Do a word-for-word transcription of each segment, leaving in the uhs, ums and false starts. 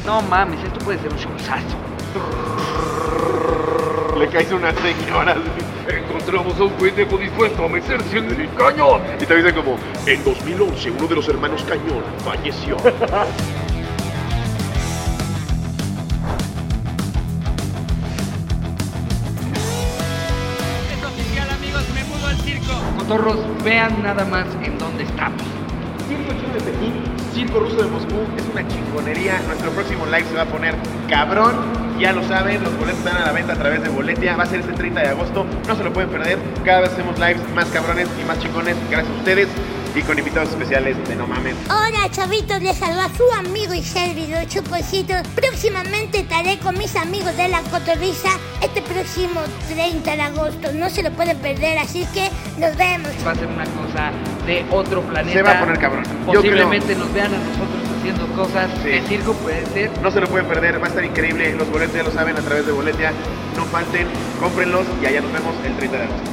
No mames, esto puede ser un showzazo. Le caes a una señora. Encontramos a un pendejo dispuesto a meterse en el cañón. Y te dicen como, en dos mil once uno de los hermanos Cañón falleció. Es oficial, amigos, me mudo al circo. Cotorros, vean nada más en dónde estamos. Circo Chino de Pekín, Circo Ruso de Moscú, es una chingonería. Nuestro próximo live se va a poner cabrón. Ya lo saben, los boletos están a la venta a través de Boletia. Va a ser este treinta de agosto, no se lo pueden perder. Cada vez hacemos lives más cabrones y más chingones, gracias a ustedes. Y con invitados especiales de No Mames. Hola chavitos, les saluda a su amigo y servidor Chuposito. Próximamente estaré con mis amigos de La Cotorrisa este próximo treinta de agosto. No se lo pueden perder, así que nos vemos. Va a ser una cosa de otro planeta. Se va a poner cabrón. Posiblemente nos vean a nosotros haciendo cosas. Sí. El circo puede ser. No se lo pueden perder, va a estar increíble. Los boletos ya lo saben a través de Boletia. No falten, cómprenlos y allá nos vemos el treinta de agosto.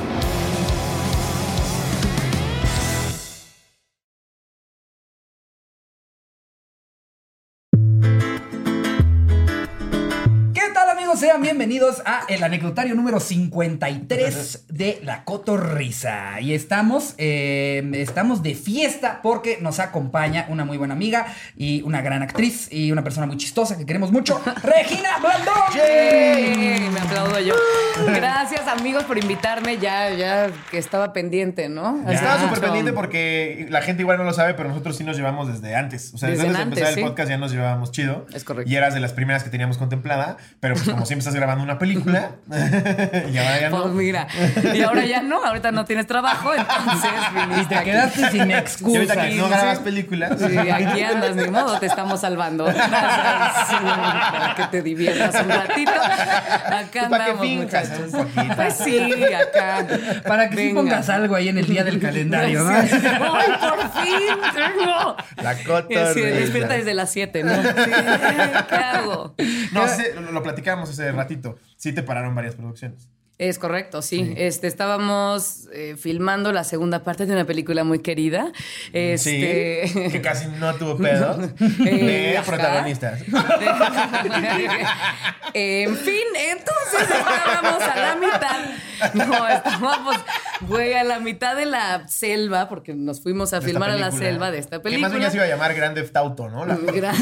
Sean bienvenidos a el anecdotario número cincuenta y tres de La Cotorrisa. Y estamos, eh, estamos de fiesta porque nos acompaña una muy buena amiga y una gran actriz y una persona muy chistosa que queremos mucho, Regina Blandón. ¡Yay! Me aplaudo yo. Gracias, amigos, por invitarme. Ya, ya que estaba pendiente, ¿no? Ya. Estaba súper pendiente porque la gente igual no lo sabe, pero nosotros sí nos llevamos desde antes. O sea, desde, desde antes de empezar ¿sí? el podcast ya nos llevábamos chido. Es correcto. Y eras de las primeras que teníamos contemplada, pero pues como siempre estás grabando una película y ahora ya no. Pues mira, y ahora ya no, ahorita no tienes trabajo, entonces y te quedaste sin excusa. Y ahorita que no grabas películas. Sí, aquí andas, ni modo, te estamos salvando. Gracias, para que te diviertas un ratito. Acá andamos, para que finjas un poquito. Pues sí, acá. Para que sí pongas algo ahí en el día del calendario, ¿no? ¡Ay, por fin! Tengo. La Cotorrisa. Sí, despierta desde las siete, ¿no? Sí, ¿qué hago? No, sí, lo, lo platicamos hace ratito. Sí te pararon varias producciones. Es correcto, sí. sí. Este, estábamos eh, filmando la segunda parte de una película muy querida. Este... Sí, que casi no tuvo pedos. Eh, de protagonistas. En fin, entonces estábamos a la mitad. No, estábamos, güey, a la mitad de la selva, porque nos fuimos a de filmar a la selva de esta película. Que más bien ya se iba a llamar Grand Theft Auto, ¿no? La... Gran...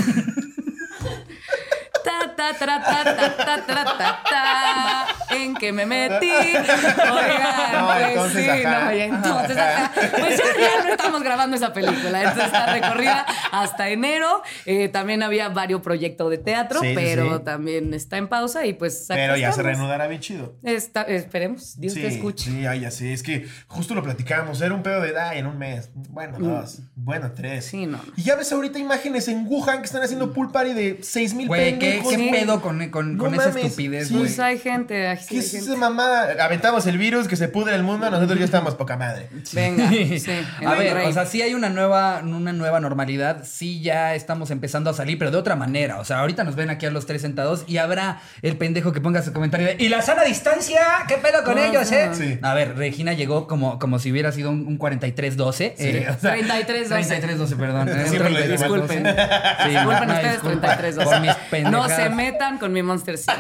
Ta, ta, ta, ta, ta, ta, ta, ta, ta, ¿en qué me metí? Oigan, no, pues entonces, sí, ajá. no, y entonces ajá. Pues ya, ya no estamos grabando esa película. Entonces está recorrida hasta enero. Eh, también había varios proyectos de teatro, sí, pero sí, sí. también está en pausa y pues pero ya estamos. Se reanudará bien chido. Está, esperemos, Dios sí, te escuche. Sí, ay, ya sé, es que justo lo platicábamos, era un pedo de edad en un mes, bueno, dos, mm. bueno, tres. Sí, no. Y ya ves ahorita imágenes en Wuhan que están haciendo pool party de seis mil pendejos. ¿Qué, qué pedo con Con, con, no con esa estupidez, sí. Pues hay gente. Hay ¿Qué es gente. esa mamada? Aventamos el virus, que se pudre el mundo, nosotros ya estamos poca madre. Venga, sí. A ver, rey. O sea, sí hay una nueva, una nueva normalidad, sí ya estamos empezando a salir, pero de otra manera. O sea, ahorita nos ven aquí a los tres sentados y habrá el pendejo que ponga su comentario de ¿y la sana distancia? ¿Qué pedo con no, ellos, no. eh? Sí. A ver, Regina llegó como, como si hubiera sido un, un cuarenta y tres doce. Sí. Eh, o sea, treinta y tres doce. treinta y tres doce, perdón. Disculpen. Disculpen. Sí, disculpen ustedes, disculpa, treinta y tres doce. Por mis pendejadas. No se metan con mi Monster City.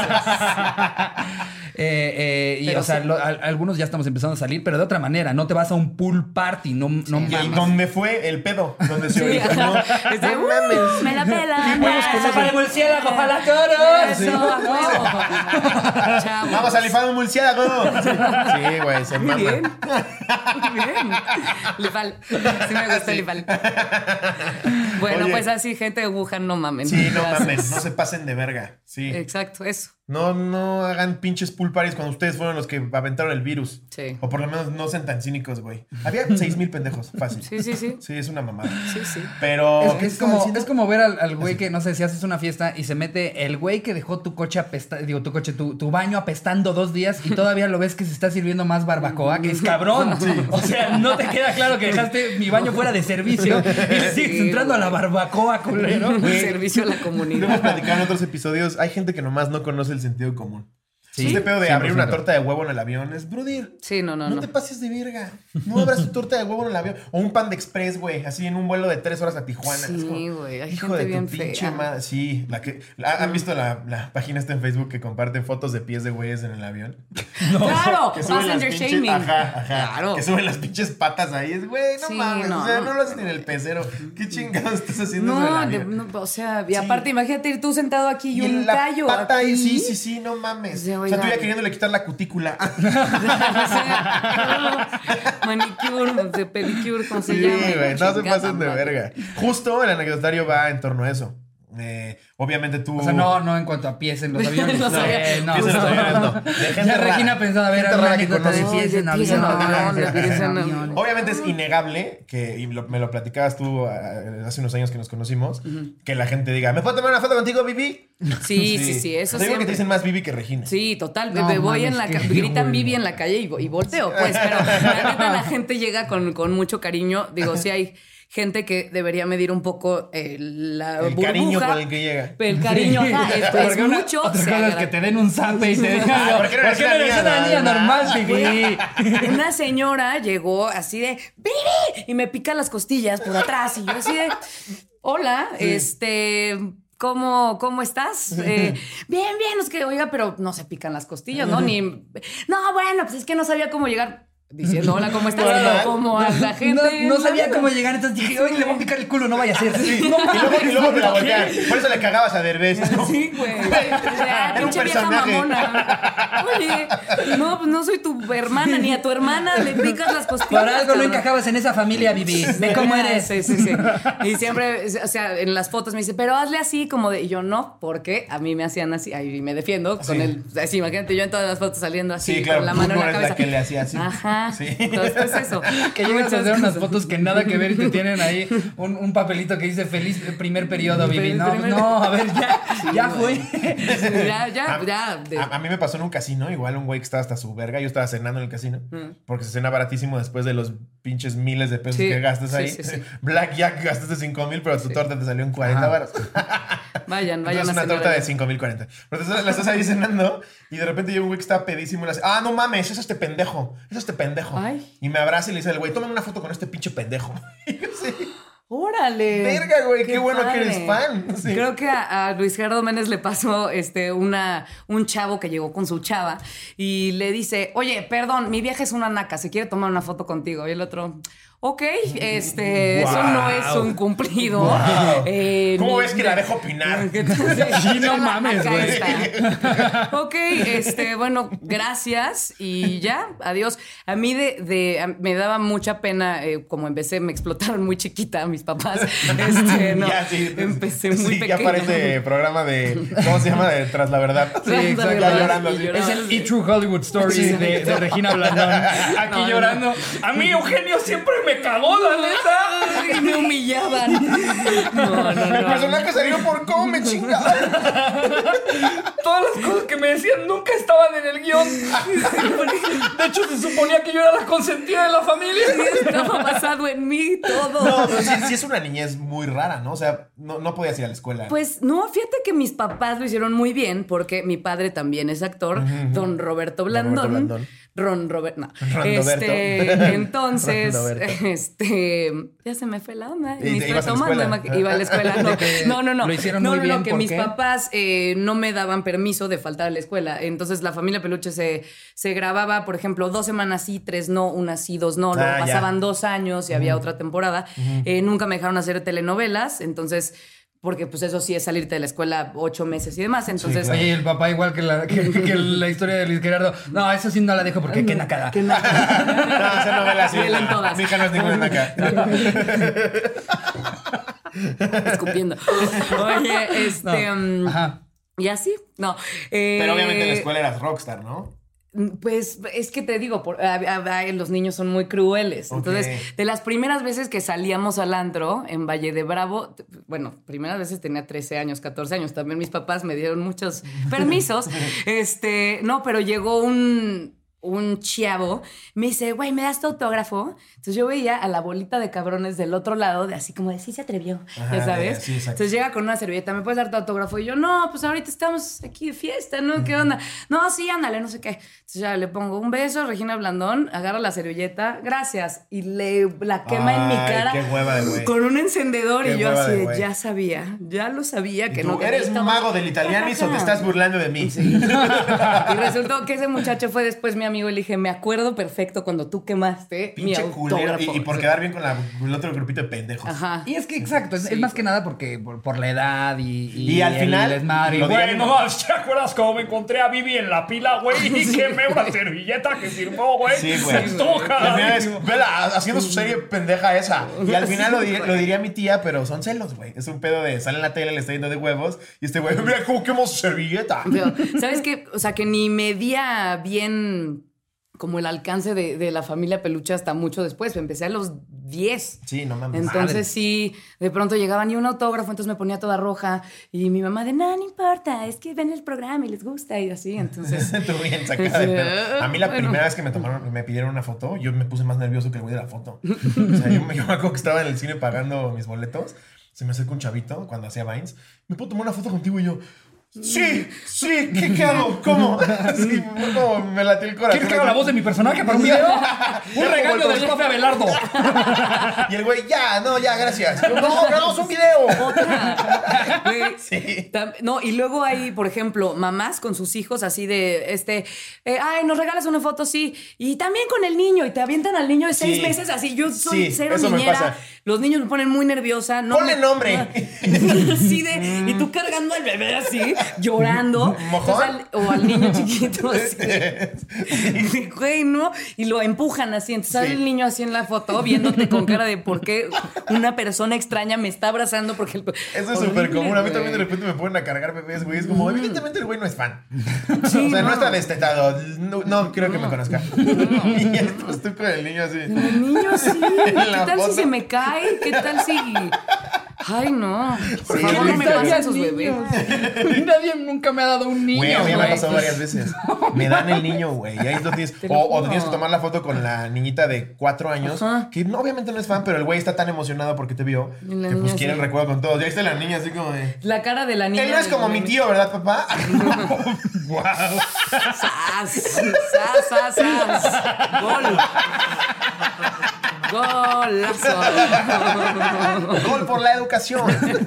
eh, eh, y o sea, sí. lo, a, algunos ya estamos empezando a salir, pero de otra manera. No te vas a un pool party, no, sí. no mames. ¿Y dónde fue el pedo? Donde se sí, originó. Es de, uh, mames. Me la pelan. Se para el murciélago, ojalá toros. Eso, no. Vamos a lifar un murciélago. Sí, güey, se mama. Bien. Bien. Lifal. Sí me gusta sí. el Lifal. Bueno, oye, pues así, gente de Wuhan, no mamen. Sí, no mamen, no se pasen de verga. Sí. Exacto, eso. No, no hagan pinches pool parties cuando ustedes fueron los que aventaron el virus. Sí. O por lo menos no sean tan cínicos, güey. Había seis mil pendejos, fácil. Sí, sí, sí. Sí, es una mamada. Sí, sí. Pero... Es, es, como, es como ver al, al güey que, no sé, si haces una fiesta y se mete el güey que dejó tu coche apestando, digo, tu coche, tu, tu baño apestando dos días y todavía lo ves que se está sirviendo más barbacoa, que es cabrón. Sí. O sea, no te queda claro que dejaste mi baño fuera de servicio y le sigues sí, entrando güey. a la barbacoa, culero. Un servicio a la comunidad. Lo hemos platicado en otros episodios. Hay gente que nomás no conoce el sentido común. Sí. Sí. Este pedo de cien por ciento. abrir una torta de huevo en el avión es, brother. Sí, no, no, no. no. No te pases de verga. No abras tu torta de huevo en el avión. O un pan de express, güey. Así en un vuelo de tres horas a Tijuana. Sí, güey. Hay hijo gente de bien tu pinche fea. madre. Sí. La que, la, ¿Han visto la, la página esta en Facebook que comparten fotos de pies de güeyes en el avión? No. Claro, que suben las passenger pinches, shaming. Ajá, ajá. Claro. Que suben las pinches patas ahí. Es, güey, no Sí, mames. no, o sea, no. no lo haces ni en el pecero. ¿Qué chingados estás haciendo en el No, avión? de, no, o sea, y Sí. aparte, imagínate ir tú sentado aquí y, Y un la callo. pata ahí, aquí. sí, sí, sí, no mames. Sí, o sea, tú oigan. ya queriéndole quitar la cutícula. Manicure, de pedicure, como se Sí, llama. güey, no se Chingada pasen de madre. verga. Justo el anecdotario va en torno a eso. Eh, obviamente tú. O sea, no, no en cuanto a pies en los aviones. No sabía. Eh, no, Pies en los no. aviones, no. De gente Ya rara. Regina pensaba, a ver, Gente una rara que anécdota de conoces. pies en De pies en aviones. aviones, de pies en aviones. Obviamente es innegable que, y lo- me lo platicabas tú eh, hace unos años que nos conocimos, que la gente diga, ¿me puedo tomar una foto contigo, Bibi? Sí, sí, sí, eso Te digo que siempre. te dicen más Bibi que Regina. Sí, total. No me voy mames, en la qué ca- gritan horrible. Bibi en la calle y, vo- y volteo, pues, pero la neta la gente llega con, con mucho cariño. Digo, sí hay gente que debería medir un poco eh, la El burbuja. cariño con el que llega. El cariño, Sí. ajá, es, es Porque una- mucho. Otra se cosa es agra- que te den un zape y te digan, Ah, ¿por qué no eres una niña una niña normal? normal, Bibi? Una señora llegó así de ¡Bibi! Y me pica las costillas por atrás. Y yo así de hola, este. ¿Cómo, ¿Cómo estás? Eh, bien, bien, es que, oiga, pero no se pican las costillas, ¿no? Ni. No, bueno, pues es que no sabía cómo llegar. Diciendo, hola, ¿cómo estás? Hola. Como a la gente. No, no sabía cómo llegar, entonces dije, oye, le voy a picar el culo, no vaya a ser. Y luego, y luego te la voltean. Por eso le cagabas a Derbez. ¿no? Sí, güey. Ah, Era un pinche vieja personaje. mamona. Oye, no, pues no soy tu hermana, ni a tu hermana le picas las costillas. Por algo no cabrón. encajabas en esa familia, Bibi. Ve cómo eres. Sí, sí, sí. Y siempre, o sea, en las fotos me dice, pero hazle así como de. Y yo no, porque a mí me hacían así. Ahí me defiendo con Sí. el. Así, imagínate yo en todas las fotos saliendo así, Sí, claro, con la tú mano no en la eres la cabeza. que le hacía así. Ajá. Sí. Entonces, pues eso. Que llegas a Muchas hacer unas cosas. fotos que nada que ver y te tienen ahí un, un papelito que dice feliz primer periodo, Bibi. No, Primer- no, a ver, ya, ya fue. Ya, ya, A, ya. de- a- a mí me pasó en un casino, igual un güey que estaba hasta su verga. Yo estaba cenando en el casino, porque se cena baratísimo después de los pinches miles de pesos Sí, que gastas sí, ahí. sí, sí. Blackjack gastaste cinco mil, pero tu torta te salió en cuarenta baros. Vayan, vayan Entonces a una cenar torta de allá. cinco mil cuarenta. Pero entonces la estás ahí cenando y de repente llega un güey que está pedísimo y le hace, ah, no mames, eso es este pendejo, eso es este pendejo. Ay. Y me abraza y le dice al güey, tómame una foto con este pinche pendejo. Y yo sí. ¡Órale! Verga, güey, qué bueno que eres padre. fan. Sí. Creo que a, a Luis Gerardo Méndez le pasó este, una, un chavo que llegó con su chava y le dice, oye, perdón, mi vieja es una naca, se quiere tomar una foto contigo. Y el otro, ok, este, eso Wow. no es un cumplido. Wow. Eh, ¿Cómo ni- ves que la dejo opinar? Sí, no mames, Acá güey. está. Ok, este, bueno, gracias y ya, adiós. A mí de, de a- me daba mucha pena, eh, como empecé, me explotaron muy chiquita mis papás. Este, no, Ya, sí, empecé muy sí, pequeña. ya parece programa de, ¿cómo se llama? De Tras la Verdad. Sí, exacto. Ya llorando Y así. lloraba. Es el E! True Hollywood Story Sí. de, de Regina Blandón. Aquí No, no. llorando. A mí Eugenio siempre me cagó, la neta. Y me humillaban. No, no, El no. personaje salió por cómo me chingaba. Todas las cosas que me decían nunca estaban en el guión. De hecho, se suponía que yo era la consentida de la familia. Estaba basado en mí todo. No, pero sí, sí es una niñez muy rara, ¿no? O sea, no, no podías ir a la escuela. Pues no, fíjate que mis papás lo hicieron muy bien porque mi padre también es actor, don Roberto Blandón. Roberto Blandón. Ron Robert, no. Rondoberto. Este, entonces, Rondoberto. este, ya se me fue la onda. ¿Y Ni te estoy ibas a la tomando, escuela? ima- iba a la escuela. No, De que no, no. no. lo hicieron no, muy no, bien, no, que ¿por mis qué? papás eh, no me daban permiso de faltar a la escuela. Entonces la familia Peluche se, se grababa, por ejemplo, dos semanas sí, tres no, una sí, dos no. Luego Ah, ya. pasaban dos años y había otra temporada. Eh, nunca me dejaron hacer telenovelas, entonces, porque pues eso sí es salirte de la escuela ocho meses y demás. Entonces, claro. Oye, el papá igual que la, que, que la historia de Luis Gerardo. No, eso sí no la dejo porque qué nacada. que no. No, esa novela sí. Vela en todas. Mi hija no es ninguna naca. Escupiendo. Oye, este. No. um, Ajá. y así, no. Eh, Pero obviamente en la escuela eras rockstar, ¿no? Pues es que te digo, por- a- a- a- los niños son muy crueles. Ok. Entonces, de las primeras veces que salíamos al antro en Valle de Bravo, t- bueno, primeras veces tenía trece años, catorce años. También mis papás me dieron muchos permisos. Este, no, pero llegó un. un chavo, me dice, güey, ¿me das tu autógrafo? Entonces yo veía a la bolita de cabrones del otro lado, de así como de, sí se atrevió, Ajá, ya sabes. sí, exacto. Entonces llega con una servilleta, ¿me puedes dar tu autógrafo? Y yo, no, pues ahorita estamos aquí de fiesta, ¿no? ¿Qué onda? No, sí, ándale, no sé qué. Entonces ya le pongo un beso, Regina Blandón, agarra la servilleta, gracias, y le la quema en mi Ay, cara qué hueva de güey. con un encendedor. Qué Y yo hueva así de de, güey. ya sabía, ya lo sabía que ¿Tú no. eres estaba- mago del Italianis o te estás burlando de mí? Y resultó que ese muchacho fue después mi amigo y le dije, me acuerdo perfecto cuando tú quemaste mi Pinche culero. autógrafo. Y, y por quedar bien con la, el otro grupito de pendejos. Ajá. Y es que, exacto, es, es más que nada porque por, por la edad y, y, Y al el final, desmadre. lo Güey, diría no mi- mames. ¿Te acuerdas cómo me encontré a Vivi en la pila, güey? Y quemé una servilleta que sirvió, güey. Sí, güey. Estoja. Y al final es, vela, haciendo su serie pendeja esa. Y al final lo, dir- lo diría mi tía, pero son celos, güey. Es un pedo de sale en la tele, le está yendo de huevos. Y este güey, mira cómo quemó su servilleta. Pero, ¿sabes qué? O sea, que ni medía bien como el alcance de, de la familia Peluche hasta mucho después. Empecé a los diez. Sí, no mames. Entonces Madre. sí, de pronto llegaban y un autógrafo, entonces me ponía toda roja. Y mi mamá de, no, no importa, es que ven el programa y les gusta y así. Entonces... Tú bien sacada de pedo. A mí la Bueno. primera vez que me tomaron, me pidieron una foto, yo me puse más nervioso que el güey de la foto. O sea, yo, me- yo me acuerdo que estaba en el cine pagando mis boletos. Se me acerca un chavito cuando hacía Vines. ¿Me puedo tomar una foto contigo? Y yo, sí, sí, ¿qué, qué hago? ¿Cómo? Sí, como me latió el corazón. ¿Quieres que haga la voz de mi personaje para un video? Un regaño del profe Abelardo. Y el güey, ya, no, ya, gracias. Yo, no, grabamos un video. Otra. Güey, Sí. tam- No, y luego hay, por ejemplo, mamás con sus hijos así de, este, eh, ay, nos regalas una foto, sí. Y también con el niño, y te avientan al niño de seis Sí. meses, así. Yo soy Sí, cero eso me niñera. pasa. Los niños me ponen muy nerviosa. No Ponle me- nombre. Así de, y tú cargando al bebé así, llorando. ¿Mojón? Entonces, al- o al niño chiquito así. Y, güey, ¿no? Y lo empujan así. Entonces sale Sí. el niño así en la foto, viéndote con cara de por qué una persona extraña me está abrazando porque el... Eso es súper Horrible, común. A mí güey. también de repente me ponen a cargar bebés, güey. Es como, evidentemente el güey no es fan. Sí, o sea, no, no. está destetado. No, no creo que me conozca. Y estás tú con el niño así. El niño sí. ¿Qué la tal foto. si se me cae? ¿Qué tal si...? Ay, no. Por Sí, favor, no me está pasen bien, esos bebés. Nadie nunca me ha dado un niño. Güey, a mí me ha güey. pasado varias veces. Me dan el niño, güey. Y ahí lo tienes. Te lo O, o juro. tienes que tomar la foto con la niñita de cuatro años, Ajá. que no, obviamente no es fan, pero el güey está tan emocionado porque te vio Y la que pues niña quiere así. el recuerdo con todos. Y ahí está la niña así como de. La cara de la niña. Él no es del como mi bebé. tío, ¿verdad, papá? ¡Wow! ¡Sas! ¡Sas, sas, sas! ¡Gol! ¡Golazo! Gol por la educación.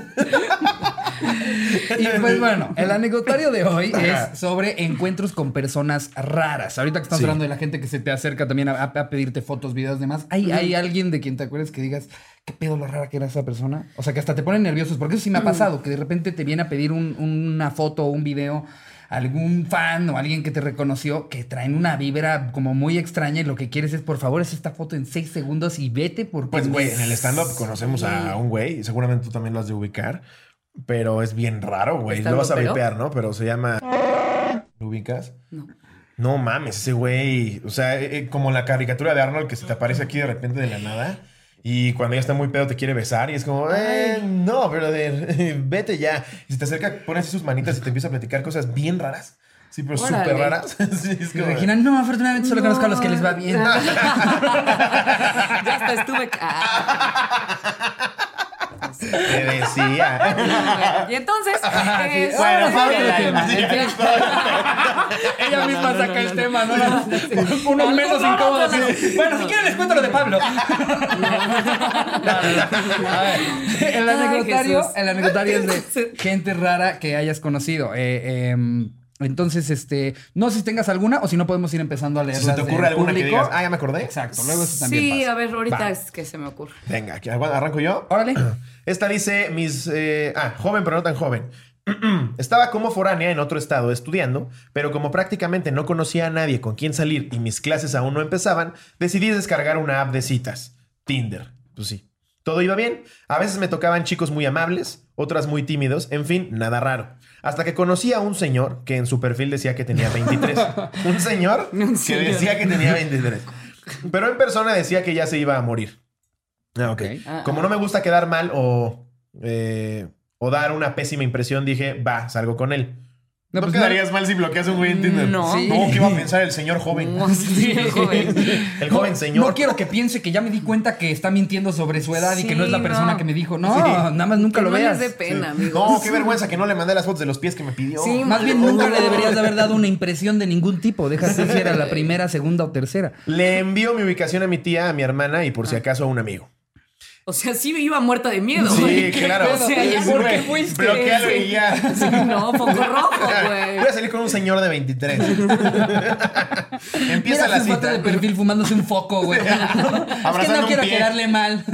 Y pues bueno, el anecdotario de hoy Ajá. es sobre encuentros con personas raras. Ahorita que estamos Sí. hablando de la gente que se te acerca también a, a pedirte fotos, videos, demás. ¿Hay, ¿Hay alguien de quien te acuerdes que digas qué pedo lo rara que era esa persona? O sea, que hasta te ponen nerviosos, porque eso sí me ha pasado, que de repente te viene a pedir un- una foto o un video algún fan o alguien que te reconoció que traen una vibra como muy extraña y lo que quieres es, por favor, es esta foto en seis segundos y vete porque... Pues, güey, en el stand-up conocemos a un güey, y seguramente tú también lo has de ubicar, pero es bien raro, güey. Lo vas a ¿Stand-upero? vipear, ¿no? Pero se llama... ¿Lo ubicas? No. No mames, ese güey, o sea, eh, eh, como la caricatura de Arnold que se te aparece aquí de repente de la nada y cuando ya está muy pedo te quiere besar y es como, eh, no, brother, vete ya. Y se te acerca, pone así sus manitas y te empieza a platicar cosas bien raras. Sí, pero Órale. súper raras. Sí, es Y como- Regina, no, afortunadamente solo conozco a los que les va bien. Ya hasta estuve... Ah. Te decía. Y entonces... Ajá, sí. eh, Bueno, sí, Pablo, sí, el sí, tema. sí, Sí, sí. Ella misma saca el tema, ¿no? Uno menos no, incómodo. no, así. no. Bueno, si quieren les cuento lo de Pablo. A ver, el Ay, anecdotario, Jesús. el anecdotario es de gente rara que hayas conocido. Eh, eh, entonces, este, no sé si tengas alguna o si no podemos ir empezando a leer. Si se te ocurre alguna que digas, ah, ya me acordé. Exacto, luego eso también Sí, pasa. a ver, ahorita Va. es que se me ocurre. Venga, aquí, arranco yo. Órale. Esta dice mis... eh, ah, joven pero no tan joven. Estaba como foránea en otro estado estudiando, pero como prácticamente no conocía a nadie con quien salir y mis clases aún no empezaban, decidí descargar una app de citas. Tinder. Pues sí. Todo iba bien. A veces me tocaban chicos muy amables, otras muy tímidos, en fin, nada raro. Hasta que conocí a un señor que en su perfil decía que tenía veintitrés. Un señor Un que señor. decía que tenía veintitrés. Pero en persona decía que ya se iba a morir. Ah, ok. Ok. Como no me gusta quedar mal o, eh, o dar una pésima impresión, dije, va, salgo con él. No, pues quedarías mal si bloqueas a un güey en Tinder. No. Sí. No, ¿qué iba a pensar el señor joven? No, sí, el joven. El joven señor. No quiero que piense que ya me di cuenta que está mintiendo sobre su edad y que no es la Sí, persona no. que me dijo. No, Sí. nada más nunca Que lo no veas. les dé pena, Sí. amigos. No, qué vergüenza que no le mandé las fotos de los pies que me pidió. Sí, Más bien nunca le deberías de haber dado una impresión de ningún tipo. Déjate si era la primera, segunda o tercera. Le envío mi ubicación a mi tía, a mi hermana y por si acaso a un amigo. O sea, sí iba muerta de miedo. Sí, güey. claro. O sea, ya Sí, por güey. qué fuiste. Bloquéalo Sí. y ya. Sí, no, foco rojo, güey. Voy a salir con un señor de veintitrés. Empieza Mira la su foto cita. de perfil fumándose un foco, güey. Es que Abrazando no un quiero pie. quedarle mal.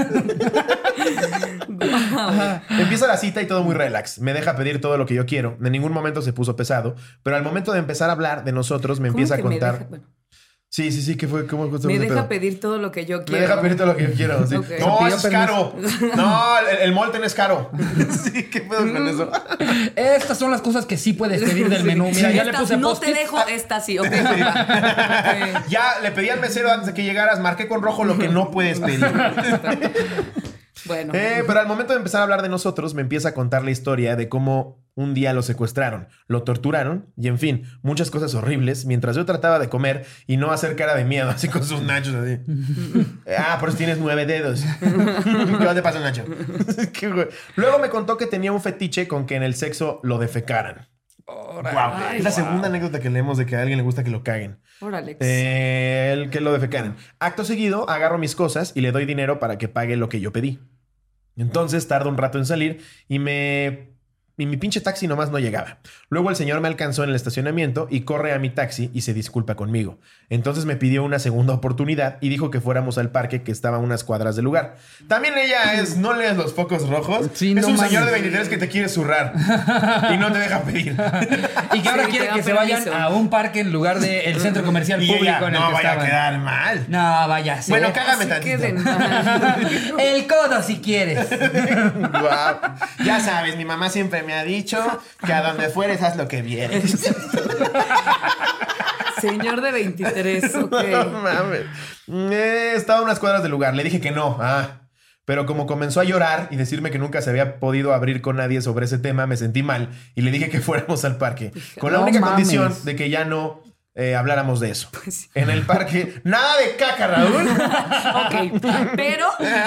Empieza la cita y todo muy relax. Me deja pedir todo lo que yo quiero. En ningún momento se puso pesado. Pero al momento de empezar a hablar de nosotros, me ¿Cómo empieza a que me contar. deja? Bueno, Sí, sí, sí, ¿qué fue? ¿Cómo justo me ese deja pedo? pedir todo lo que yo Me quiero. deja pedir todo lo que yo quiero. Sí. Ok. No, Pidió eso es caro. No, el, el Molten es caro. Sí, ¿qué pedo con eso? Estas son las cosas que sí puedes pedir del menú. Mira, ya le Esta puse no post-it. te dejo, esta sí, ok. Ok. Ya le pedí al mesero antes de que llegaras, marqué con rojo lo que no puedes pedir. Bueno. Eh, pero al momento de empezar a hablar de nosotros, me empieza a contar la historia de cómo un día lo secuestraron, lo torturaron y, en fin, muchas cosas horribles mientras yo trataba de comer y no hacer cara de miedo, así con sus nachos, así. Ah, por eso tienes nueve dedos. ¿Qué te pasa, Nacho? Qué güey. Luego me contó que tenía un fetiche con que en el sexo lo defecaran. Wow. Ay, Es la wow. segunda anécdota que leemos de que a alguien le gusta que lo caguen. Órale. Eh, el que lo defecaran. Acto seguido, agarro mis cosas y le doy dinero para que pague lo que yo pedí. Entonces tarda un rato en salir y me... Y mi pinche taxi nomás no llegaba. Luego el señor me alcanzó en el estacionamiento y corre a mi taxi y se disculpa conmigo. Entonces me pidió una segunda oportunidad y dijo que fuéramos al parque que estaba a unas cuadras del lugar. También ella es, no lees los focos rojos. Sí, es no un mames. señor de veintitrés que te quiere zurrar y no te deja pedir. Y que ahora Sí, quiere te da que se vayan permiso. a un parque en lugar del centro comercial Y público ella, en el no que vaya estaban. a quedar mal. No, vaya a ser. Bueno, cágame Así tantito. queden mal. El codo si quieres. Guau. Ya sabes, mi mamá siempre me ha dicho que a donde fueres haz lo que vieres. Señor de veintitrés, ok. No mames. Eh, estaba a unas cuadras del lugar. Le dije que no. Ah. Pero como comenzó a llorar y decirme que nunca se había podido abrir con nadie sobre ese tema, me sentí mal y le dije que fuéramos al parque. Con la No única mames. condición de que ya no eh, habláramos de eso. Pues En el parque, nada de caca, Raúl. Ok, pero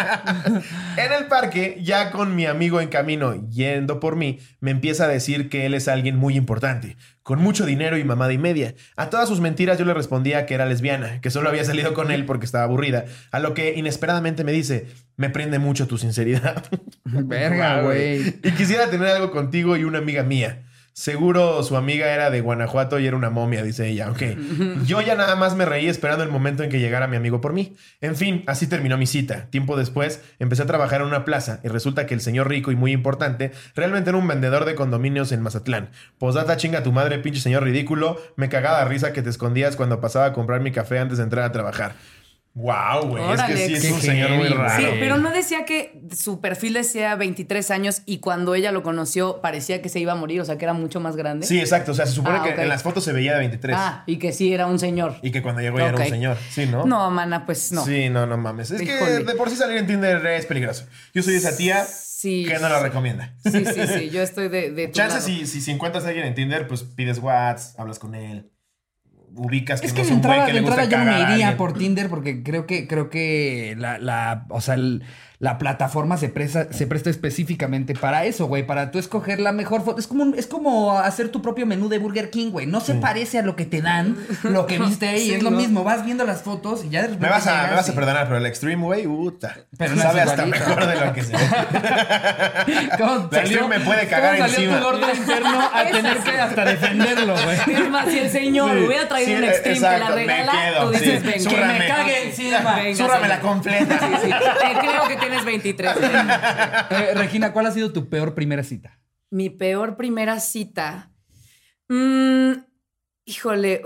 En el parque, ya con mi amigo en camino yendo por mí, me empieza a decir que él es alguien muy importante, con mucho dinero y mamada y media. A todas sus mentiras yo le respondía que era lesbiana, que solo había salido con él porque estaba aburrida, a lo que inesperadamente me dice, me prende mucho tu sinceridad. Verga, Guau, güey. Y quisiera tener algo contigo y una amiga mía. Seguro su amiga era de Guanajuato y era una momia, dice ella. Ok. Yo ya nada más me reí esperando el momento en que llegara mi amigo por mí. En fin, así terminó mi cita. Tiempo después, empecé a trabajar en una plaza y resulta que el señor rico y muy importante realmente era un vendedor de condominios en Mazatlán. Posdata, chinga tu madre, pinche señor ridículo. Me cagaba de risa que te escondías cuando pasaba a comprar mi café antes de entrar a trabajar. Wow, güey. Es que Órale, sí es qué un señor muy heavy, raro. sí, güey. pero no decía que su perfil decía veintitrés años y cuando ella lo conoció parecía que se iba a morir, o sea, que era mucho más grande. Sí, exacto. O sea, se supone Ah, que ok. en las fotos se veía de veintitrés. Ah, y que sí era un señor. Y que cuando llegó ya era Ok. un señor. Sí, ¿no? No, mana, pues no. Sí, no, no mames. Es Híjole. que de por sí salir en Tinder es peligroso. Yo soy esa tía Sí. que no lo recomienda. Sí, sí, sí. Yo estoy de, de tu Chance lado. si, si, si encuentras a alguien en Tinder, pues pides WhatsApp, hablas con él, ubicas que Es no que es de un güey entrada, que de le gusta entrada yo no cagar a me iría alguien. por Tinder porque creo que, creo que la, la, o sea, el- la plataforma se presta, se presta específicamente para eso, güey, para tú escoger la mejor foto. Es como, un- es como hacer tu propio menú de Burger King, güey. No se parece a lo que te dan, lo que viste ahí. Sí, es lo no. mismo, vas viendo las fotos y ya de repente Me vas, a, llegas me vas a y- perdonar, pero el Extreme, güey, puta. Pero no sabe es hasta igualito. mejor de lo que se ve. ¿Cómo La Extreme me puede cagar cómo salió encima. tu gordo interno a tener que hasta defenderlo, güey? Es más, si el señor Sí, hubiera traído sí, un extreme, te exacto, la me regala, quedo, tú dices, sí. venga. Que Zúrrame. me cague encima. Venga, Zúrrame la señor. completa. Sí, sí. Eh, creo que tienes veintitrés. Eh, Regina, ¿cuál ha sido tu peor primera cita? Mi peor primera cita. Mm, híjole.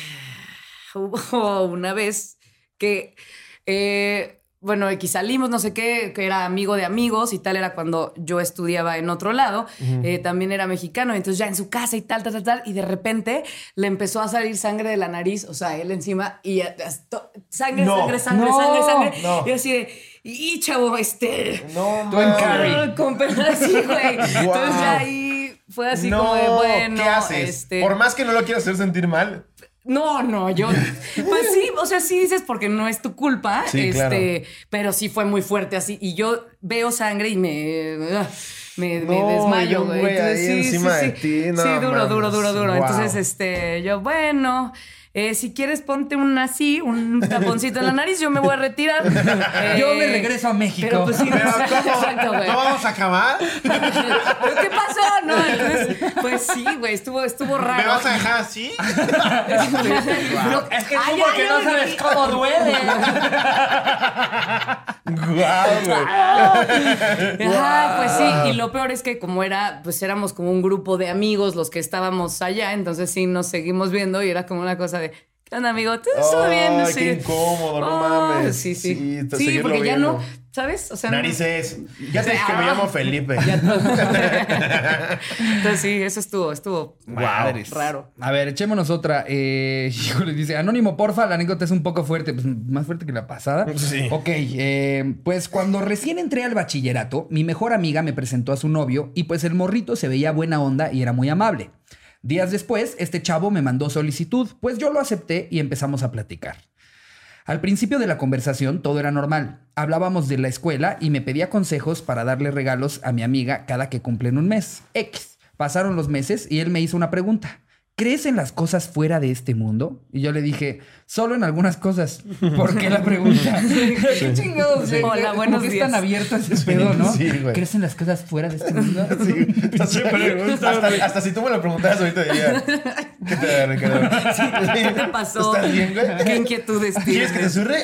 Hubo una vez que. eh, bueno, aquí salimos, no sé qué, que era amigo de amigos y tal, era cuando yo estudiaba en otro lado, eh, también era mexicano, entonces ya en su casa y tal, tal, tal, tal, y de repente le empezó a salir sangre de la nariz, o sea, él encima, y ya- esto- sangre, No. sangre, sangre, No. sangre, sangre, No. y así de, y chavo, este... No, Tú en mames. Carrie. Con pena, sí, güey. Entonces ya ahí fue así no, como de, bueno, ¿qué haces? este... Por más que no lo quieras hacer sentir mal. No, no, yo... Pues sí, o sea, sí dices porque no es tu culpa, Sí, este, claro. pero sí fue muy fuerte así. Y yo veo sangre y me... Me, me No, desmayo, y un güey. güey Entonces, ahí sí, encima sí, de sí. ti, no sí, duro, mames. duro, duro, duro. Wow. Entonces, este, yo, bueno, eh, si quieres ponte un así, un taponcito en la nariz, yo me voy a retirar. Eh, Yo me regreso a México. Pero pues sí, Pero ¿cómo? exacto, güey. ¿No vamos a acabar? ¿Pero qué pasó? No, entonces, pues sí, güey, estuvo, estuvo raro. ¿Me vas a dejar así? No, Es que ay, tú porque ay, no ay, sabes ay. cómo duele. Guau, güey. Ajá, pues sí, y lo peor es que como era, pues éramos como un grupo de amigos los que estábamos allá, entonces sí nos seguimos viendo y era como una cosa de, ¿qué onda, amigo? ¿Todo bien? Ay, Sí. qué incómodo, no Oh, mames. Sí, sí. Sí, Sí, te- seguirlo porque ya viendo. no, ¿sabes? O sea, no- Narices. Ya te dije que me llamo Felipe. Entonces sí, eso estuvo, estuvo Madres. raro. A ver, echémonos otra. Eh, híjole, dice, Anónimo, porfa, la anécdota es un poco fuerte, pues más fuerte que la pasada. Sí. Ok, eh, pues cuando recién entré al bachillerato, mi mejor amiga me presentó a su novio y pues el morrito se veía buena onda y era muy amable. Días después, este chavo me mandó solicitud, pues yo lo acepté y empezamos a platicar. Al principio de la conversación todo era normal. Hablábamos de la escuela y me pedía consejos para darle regalos a mi amiga cada que cumplen un mes. X. Pasaron los meses y él me hizo una pregunta. ¿Crees en las cosas fuera de este mundo? Y yo le dije, solo en algunas cosas. ¿Por qué la pregunta? ¿Qué chingados? Sí. Como Hola, que buenos es días. tan abierto ese pedo, ¿no? Sí, güey. ¿Crees en las cosas fuera de este mundo? Sí. hasta, hasta si tú me lo preguntaras ahorita diría, ¿qué te da, Ricardo? ¿Qué te pasó? ¿Estás bien, güey? ¿Qué inquietudes ¿Quieres que te tienes? surre?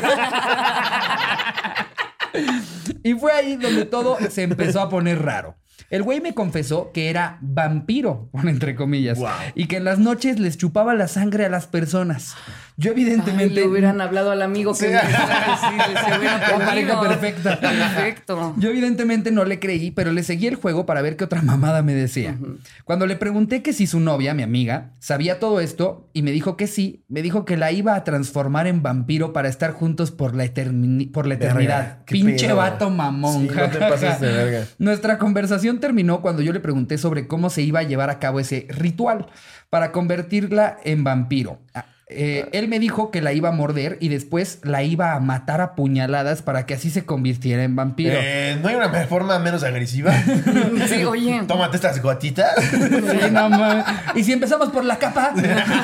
Y fue ahí donde todo se empezó a poner raro. El güey me confesó que era vampiro, bueno, entre comillas, Wow. y que en las noches les chupaba la sangre a las personas. Yo Ay, evidentemente... le hubieran hablado al amigo que Sí. me decirle, se hubiera La pareja podido. perfecta. Perfecto. Yo evidentemente no le creí, pero le seguí el juego para ver qué otra mamada me decía. Cuando le pregunté que si su novia, mi amiga, sabía todo esto y me dijo que sí, me dijo que la iba a transformar en vampiro para estar juntos por la, eterni- por la eternidad. Verga, qué Pinche pedo. vato mamón. Sí, no te pases de verga. Nuestra conversación terminó cuando yo le pregunté sobre cómo se iba a llevar a cabo ese ritual para convertirla en vampiro. Ah, eh, él me dijo que la iba a morder y después la iba a matar a puñaladas para que así se convirtiera en vampiro. Eh, ¿No hay una forma menos agresiva? Sí, oye. Tómate estas gotitas. Sí, no mames. Y si empezamos por la capa,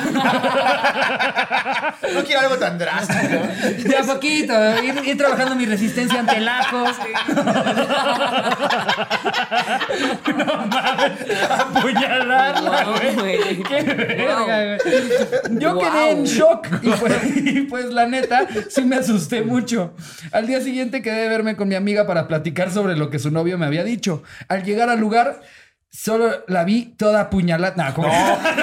No quiero algo tan drástico. de a poquito, ir, ir trabajando mi resistencia ante el ajo. No mames, apuñalarla, Wow, güey. güey. Qué verga, güey. Yo Wow. quedé en shock y pues, y pues la neta sí me asusté mucho. Al día siguiente quedé de verme con mi amiga para platicar sobre lo que su novio me había dicho. Al llegar al lugar solo la vi toda apuñalada. Nah, como-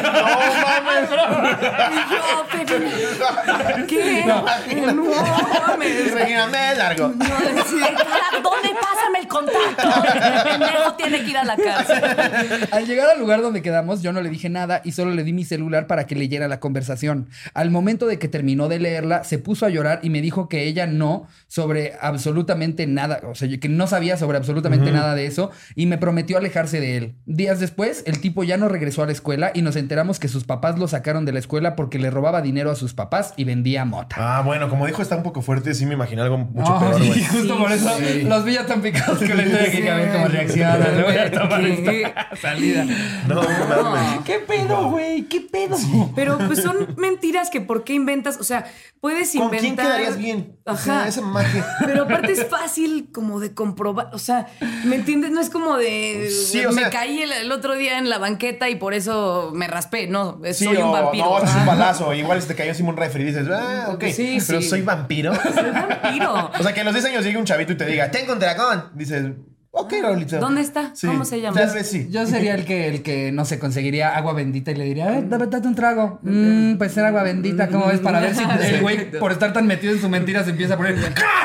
Yo, pero- ¿Qué? No, mames. Imagíname largo. No, sí, cara, ¿dónde pásame el contacto? El pendejo tiene que ir a la cárcel. Al llegar al lugar donde quedamos, yo no le dije nada y solo le di mi celular para que leyera la conversación. Al momento de que terminó de leerla, se puso a llorar y me dijo que ella no sobre absolutamente nada, o sea, que no sabía sobre absolutamente nada de eso y me prometió alejarse de él. Días después, el tipo ya no regresó a la escuela y nos enteramos que sus papás lo sacaron de la escuela porque le robaba dinero a sus papás y vendía mota. Ah, bueno, como dijo, está un poco fuerte. Sí me imaginé algo mucho Oh, peor, sí, güey. justo Sí, por eso sí. los vi ya tan picados que le tuve que ir a ver cómo reacciona. Le voy a tomar ¿Qué? esta salida. No, no mames. ¿Qué pedo, güey? ¿Qué pedo? Pero pues son mentiras que ¿por qué inventas? O sea, puedes ¿Con inventar... quién quedarías bien? O sea, Ajá. esa magia. Pero aparte es fácil como de comprobar. O sea, ¿me entiendes? No es como de... Sí, o me sea- caí el, el otro día en la banqueta y por eso me raspé. No, Sí, soy o un vampiro. no, es un Ah, balazo. Igual se te cayó encima un refri y dices, ah, ok. Sí, pero sí. soy vampiro. soy vampiro. O sea, que a los diez años llegue un chavito y te diga, tengo un dragón. Dices, ok, Raulito. ¿Dónde está? Sí, ¿Cómo se llama? Tal vez sí. Yo sería el que, el que, no sé, conseguiría agua bendita y le diría, "Ay, dame, date un trago. Mm, pues ser agua bendita, ¿cómo ves? Para ver si el güey, por estar tan metido en su mentira, se empieza a poner...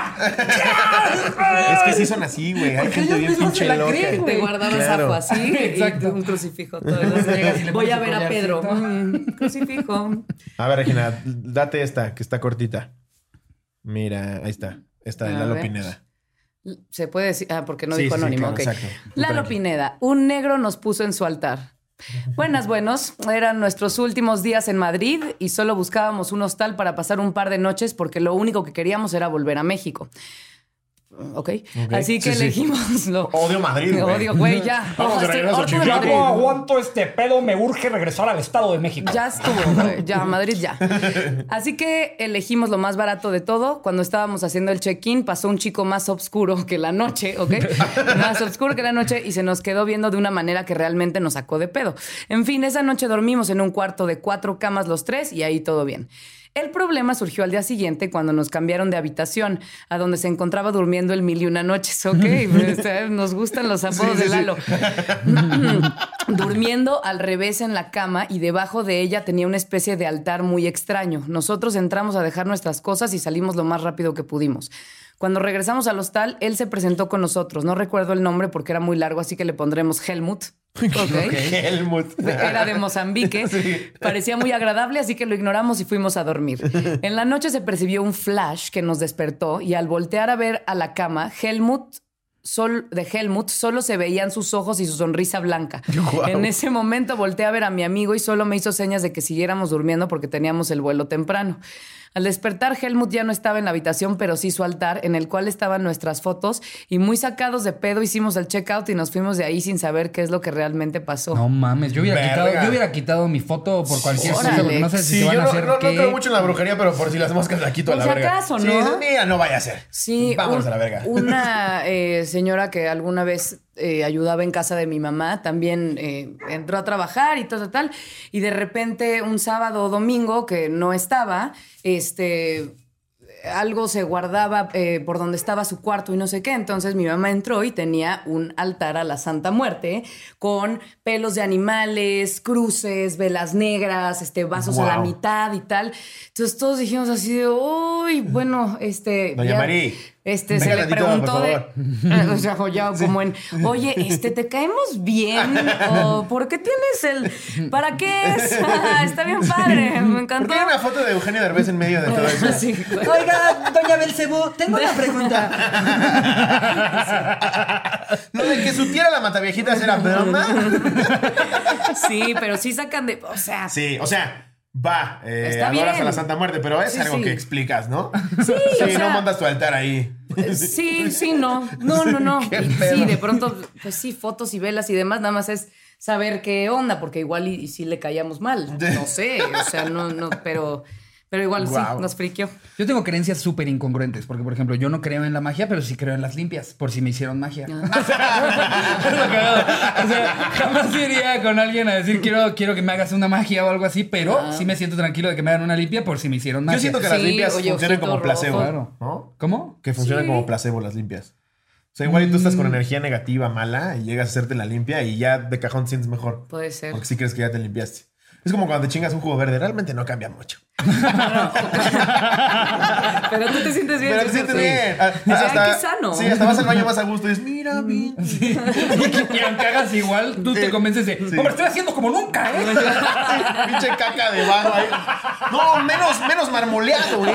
Es que sí son así, güey. Hay Porque gente ellos bien mismos se pinche la loca. creen, Te güey. guardabas Claro. ajo así. Exacto. Y un crucifijo. Todo Entonces llegas y le Voy pones a su ver a Pedro. collarcito. Mm, crucifijo. A ver, Regina, date esta, que está cortita. Mira, ahí está. Esta de A Lalo ver. Pineda. Se puede decir, ah, porque no Sí, dijo sí, anónimo. claro, Ok. exacto. Lalo Tranqui. Pineda, un negro nos puso en su altar. Buenas, buenos. Eran nuestros últimos días en Madrid y solo buscábamos un hostal para pasar un par de noches porque lo único que queríamos era volver a México. Ok. Así que Sí, sí. elegimos lo. Odio Madrid, güey. Odio, güey, ya. Vamos de Ojo, regreso a orto de Ya Madrid. no aguanto este pedo, me urge regresar al Estado de México. Ya estuvo, güey. Ya, Madrid ya. Así que elegimos lo más barato de todo. Cuando estábamos haciendo el check-in, pasó un chico más oscuro que la noche, ¿ok? Más oscuro que la noche y se nos quedó viendo de una manera que realmente nos sacó de pedo. En fin, esa noche dormimos en un cuarto de cuatro camas los tres y ahí todo bien. El problema surgió al día siguiente cuando nos cambiaron de habitación a donde se encontraba durmiendo el mil y una noches, ¿ok? O sea, nos gustan los apodos Sí, sí, de sí. Lalo. Durmiendo al revés en la cama y debajo de ella tenía una especie de altar muy extraño. Nosotros entramos a dejar nuestras cosas y salimos lo más rápido que pudimos. Cuando regresamos al hostal, él se presentó con nosotros. No recuerdo el nombre porque era muy largo, así que le pondremos Helmut. Ok. Helmut. Era de Mozambique. Sí. Parecía muy agradable, así que lo ignoramos y fuimos a dormir. En la noche se percibió un flash que nos despertó y al voltear a ver a la cama, Helmut... Sol, de Helmut solo se veían sus ojos y su sonrisa blanca. Wow. En ese momento volteé a ver a mi amigo y solo me hizo señas de que siguiéramos durmiendo porque teníamos el vuelo temprano. Al despertar, Helmut ya no estaba en la habitación, pero sí su altar, en el cual estaban nuestras fotos, y muy sacados de pedo hicimos el checkout y nos fuimos de ahí sin saber qué es lo que realmente pasó. No mames, yo hubiera, Verga. quitado, yo hubiera quitado mi foto por cualquier cosa, Órale. porque no sé si Sí, se van yo a no, hacer no, no qué. creo mucho en la brujería, pero por si las moscas la quito a Por la si verga. acaso, Sí, ¿no? mira, no vaya a ser. Sí, Vámonos un- a la verga. Una eh, señora que alguna vez eh, ayudaba en casa de mi mamá también eh, entró a trabajar y todo tal. Y de repente un sábado o domingo que no estaba, este... algo se guardaba eh, por donde estaba su cuarto y no sé qué. Entonces mi mamá entró y tenía un altar a la Santa Muerte con pelos de animales, cruces, velas negras, este, vasos a la Wow. mitad y tal. Entonces todos dijimos así de, uy, bueno, este... Doña ya- Marí, Este, venga se le tantito, preguntó por de... favor. O sea, ya como en, oye, este, ¿te caemos bien? ¿O por qué tienes el... ¿Para qué es? Ah, está bien padre, me ¿Por encantó. qué hay una foto de Eugenio Derbez en medio de todo eso? Sí. Oiga, doña Belcebú, tengo una pregunta. Lo de que su tía era la mataviejitas era broma. Sí, pero sí sacan de... O sea... Sí, o sea, va, eh, Está adoras bien. a la Santa Muerte, pero es Sí, algo sí. que explicas, ¿no? Sí, o sea- no montas tu altar ahí. Sí, sí, no. No, no, no. Qué Y pedo. sí, de pronto, pues sí, fotos y velas y demás, nada más es saber qué onda, porque igual y, y sí le caíamos mal. No sé, o sea, no, no, pero, pero igual Guau. sí, nos friqueó. Yo tengo creencias súper incongruentes, porque por ejemplo, yo no creo en la magia, pero sí creo en las limpias, por si me hicieron magia. Es lo cagado. O sea, jamás iría con alguien a decir quiero, quiero que me hagas una magia o algo así, pero sí me siento tranquilo de que me hagan una limpia por si me hicieron magia. Yo siento que las Sí, limpias oye, funcionan ojito como placebo, rojo. Claro. ¿no? ¿Cómo? Que funcionan Sí. como placebo las limpias. O sea, igual y tú estás con energía negativa, mala, y llegas a hacerte la limpia y ya de cajón te sientes mejor. Puede ser. Porque sí crees que ya te limpiaste. Es como cuando te chingas un jugo verde, realmente no cambia mucho. Pero tú te sientes bien. Pero te ¿sí? sientes Sí. bien. Ah, O sea, qué sano. Sí, hasta vas al baño más a gusto y dices, mira, mi. Y aunque hagas igual, tú te convences de, no, me estoy haciendo como nunca, ¿eh? Pinche caca de barro ahí. No, menos, menos marmoleado, güey.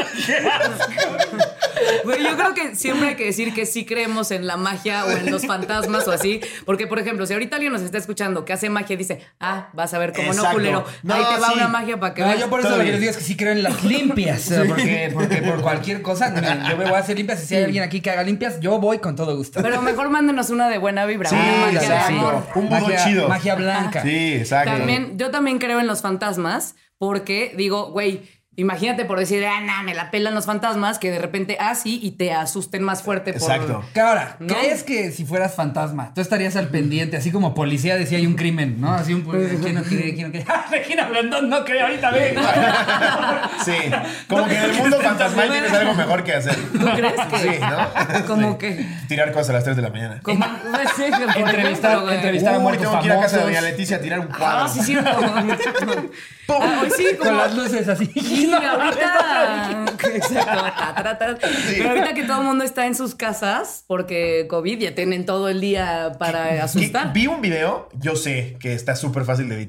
Güey, yo creo que siempre hay que decir que sí creemos en la magia o en los fantasmas o así. Porque, por ejemplo, si ahorita alguien nos está escuchando que hace magia y dice, ah, vas a ver cómo no, Exacto. culero. No, Ahí te va sí. una magia para que No, veas. yo por eso Todo lo que bien. les digo es que sí creo en las limpias. o sea, porque, porque por cualquier cosa, me- yo me voy a hacer limpias. Y si hay alguien aquí que haga limpias, yo voy con todo gusto. Pero mejor mándenos una de buena vibra. Sí, una magia de exacto. amor. Un budo magia, chido. Magia blanca. Sí, exacto. También, yo también creo en los fantasmas porque digo, güey, imagínate por decir, ah, no, me la pelan los fantasmas, que de repente así y te asusten más fuerte por... Exacto. Que ahora, ¿No? ¿crees que si fueras fantasma, tú estarías al pendiente, así como policía de si hay un crimen, ¿no? Así un policía, ¿quién no cree? ¿Quién no cree? ¡Ah, Regina Blandón no cree! ¡Ahorita vengo! Sí. Como que en el mundo fantasmal tienes algo mejor que hacer. ¿Tú crees que? Sí, ¿no? Como Sí. que... Tirar cosas a las tres de la mañana. Como, pues sí, por Entrevistar- ejemplo, güey. entrevistar- a Uy, muertos tengo que ir a casa de famosos. doña Leticia a tirar un cuadro. Ah, sí, sí. Ah, hoy sí, como... Con las luces así. Sí, ahorita. Exacto. Ta, ta, ta. Pero ahorita que todo el mundo está en sus casas, porque COVID ya tienen todo el día para Que- asustar. Vi un video, yo sé que está súper fácil de editar,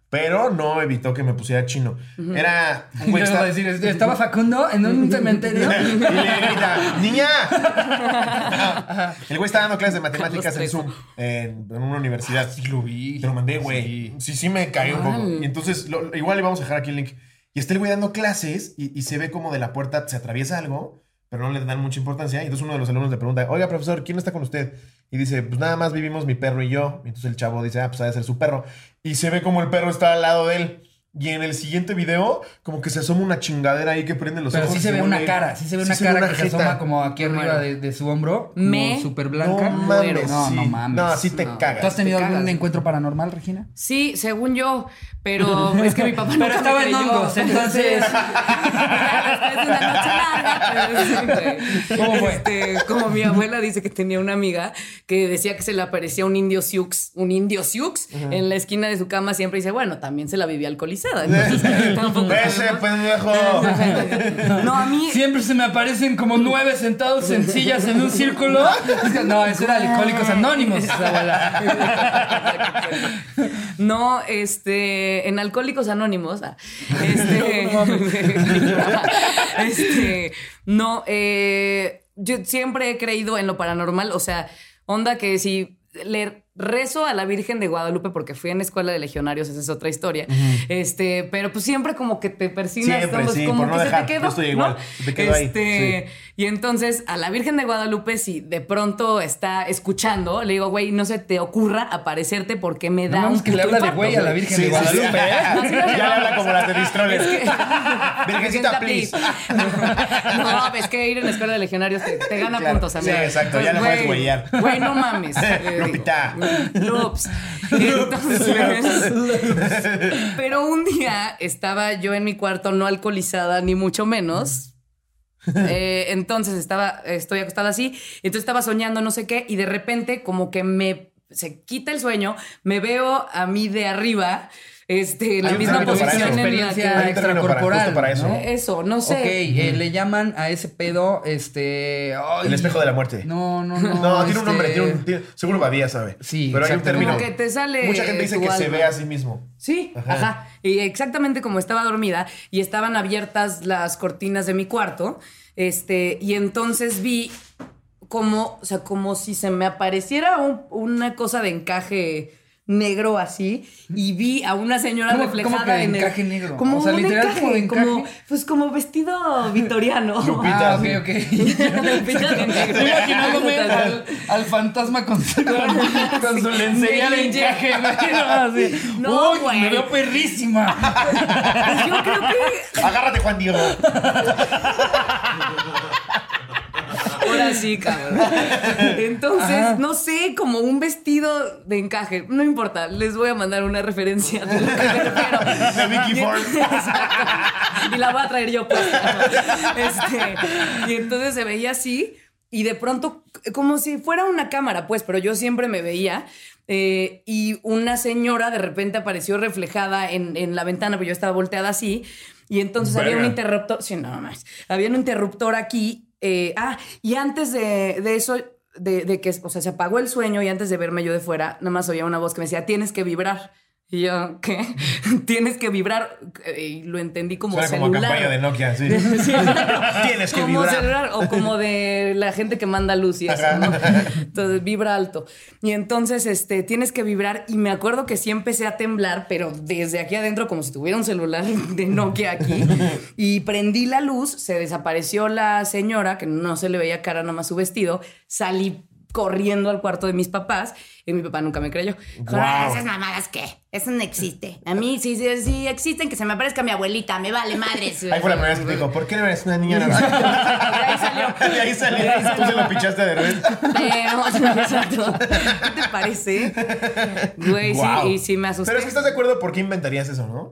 Pero no evitó que me pusiera chino. Era un güey Yo que iba a estaba... decir, estaba Facundo en un cementerio. Y le grita, ¡niña! El güey está dando clases de matemáticas en Zoom en, en una universidad. Sí lo vi. Te lo mandé, güey. Sí, sí me caí un poco. Y entonces, lo, igual le vamos a dejar aquí el link. Y está el güey dando clases y, y se ve como de la puerta se atraviesa algo, pero no le dan mucha importancia. Y entonces uno de los alumnos le pregunta, oiga, profesor, ¿quién está con usted? Y dice, pues nada más vivimos mi perro y yo. Y entonces el chavo dice, ah, pues ha de ser su perro. Y se ve como el perro está al lado de él. Y en el siguiente video, como que se asoma una chingadera ahí que prende los Pero ojos. sí se ve una cara, sí se ve una cara que se asoma como aquí arriba de, de su hombro, como Me súper blanca. No mames, No, sí. no mames. No, así te No. cagas. ¿Tú has tenido te algún cagas. encuentro paranormal, Regina? Sí, según yo, pero es que mi papá Pero nunca estaba me en creyó. hongos, entonces. Después de una noche larga, pues, sí, güey. ¿Cómo fue? Este, como mi abuela dice que tenía una amiga que decía que se le aparecía un indio Sioux, un indio Sioux en la esquina de su cama siempre. Dice, bueno, también se la vivía alcoholizada. Entonces, tampoco. ¡Ese pendejo! No, a mí. Siempre se me aparecen como nueve sentados en sillas en un círculo. No, eso era Alcohólicos Anónimos, esa abuela. No, este, en Alcohólicos Anónimos, ah, este, este, no, eh, yo siempre he creído en lo paranormal, o sea, onda que si le rezo a la Virgen de Guadalupe porque fui en escuela de legionarios, esa es otra historia, uh-huh. este, pero pues siempre como que te persignas, siempre, como, sí, como por no que dejar, se te quedó, yo estoy igual, ¿no? te quedó este, ahí, sí. Y entonces a la Virgen de Guadalupe, si de pronto está escuchando, le digo, güey, no se te ocurra aparecerte porque me da no, un es que le habla de güey a la Virgen sí, de Guadalupe, sí, sí. ¿eh? Ya le habla como las de Bistroles. Es que... Virgencita, please. No, es que ir en la escuela de legionarios te, te gana claro, puntos, amigo. Sí, exacto, ya le puedes güeyar. Güey, no mames. Lupita. Loops. Entonces, pero un día estaba yo en mi cuarto no alcoholizada, ni mucho menos. Eh, entonces estaba, estoy acostada así, entonces estaba soñando no sé qué y de repente como que me se quita el sueño, me veo a mí de arriba, este, en la misma posición en la que extracorporal, para eso. ¿no? Eso, no sé. Ok, eh, le llaman a ese pedo, este, ay, el espejo de la muerte. No, no, no. No, tiene este... un nombre, tiene un, tiene, seguro Badía sabe. Sí, pero hay un término. Como que te sale. Mucha gente dice que alma. se ve a sí mismo. Sí, ajá. ajá. Y exactamente como estaba dormida y estaban abiertas las cortinas de mi cuarto, este, y entonces vi como, o sea, como si se me apareciera un, una cosa de encaje negro así y vi a una señora ¿Cómo, reflejada ¿cómo que en encaje el, negro? como o sea, un literal encaje, como de encaje. como, pues como vestido victoriano. Lupita, ah, ok, ok. Lupita de negro. Imaginándome al, al fantasma con su, con, con su lencería de encaje. Así. No, Uy, güey. me veo perrísima. Pues yo creo que agárrate, Juan Diego. ahora sí, cabrón. Entonces, ajá. no sé, como un vestido de encaje. No importa, les voy a mandar una referencia de lo que me refiero. De Vicky Ford. Y la voy a traer yo, pues. Este, y entonces se veía así y de pronto, como si fuera una cámara, pues, pero yo siempre me veía. Eh, y una señora de repente apareció reflejada en, en la ventana, pero yo estaba volteada así. Y entonces Verga. había un interruptor. Sí, no, más. Había un interruptor aquí. Eh, ah, y antes de, de eso, de, de que, o sea, se apagó el sueño y antes de verme yo de fuera, nada más oía una voz que me decía, tienes que vibrar. Y yo, ¿qué? Tienes que vibrar. Y lo entendí como Suena celular. como campaña de Nokia, sí. sí. Tienes que como vibrar. Celular, o como de la gente que manda luz y eso, ¿no? Entonces, vibra alto. Y entonces, este, tienes que vibrar. Y me acuerdo que sí empecé a temblar, pero desde aquí adentro, como si tuviera un celular de Nokia aquí. Y prendí la luz, se desapareció la señora, que no se le veía cara, nada más su vestido. Salí corriendo al cuarto de mis papás y mi papá nunca me creyó. Wow. Esas mamadas, ¿qué? Eso no existe. A mí sí, sí, sí existen, que se me aparezca mi abuelita, me vale madres. Ahí fue la primera vez que te dijo, ¿por qué no eres una niña normal? De ahí salió. De ahí salió. De ahí salió. Tú se lo pichaste de repente. Pero, exacto. ¿Qué te parece? Güey, Wow. sí, y sí me asusté. Pero es que estás de acuerdo, ¿por qué inventarías eso, no?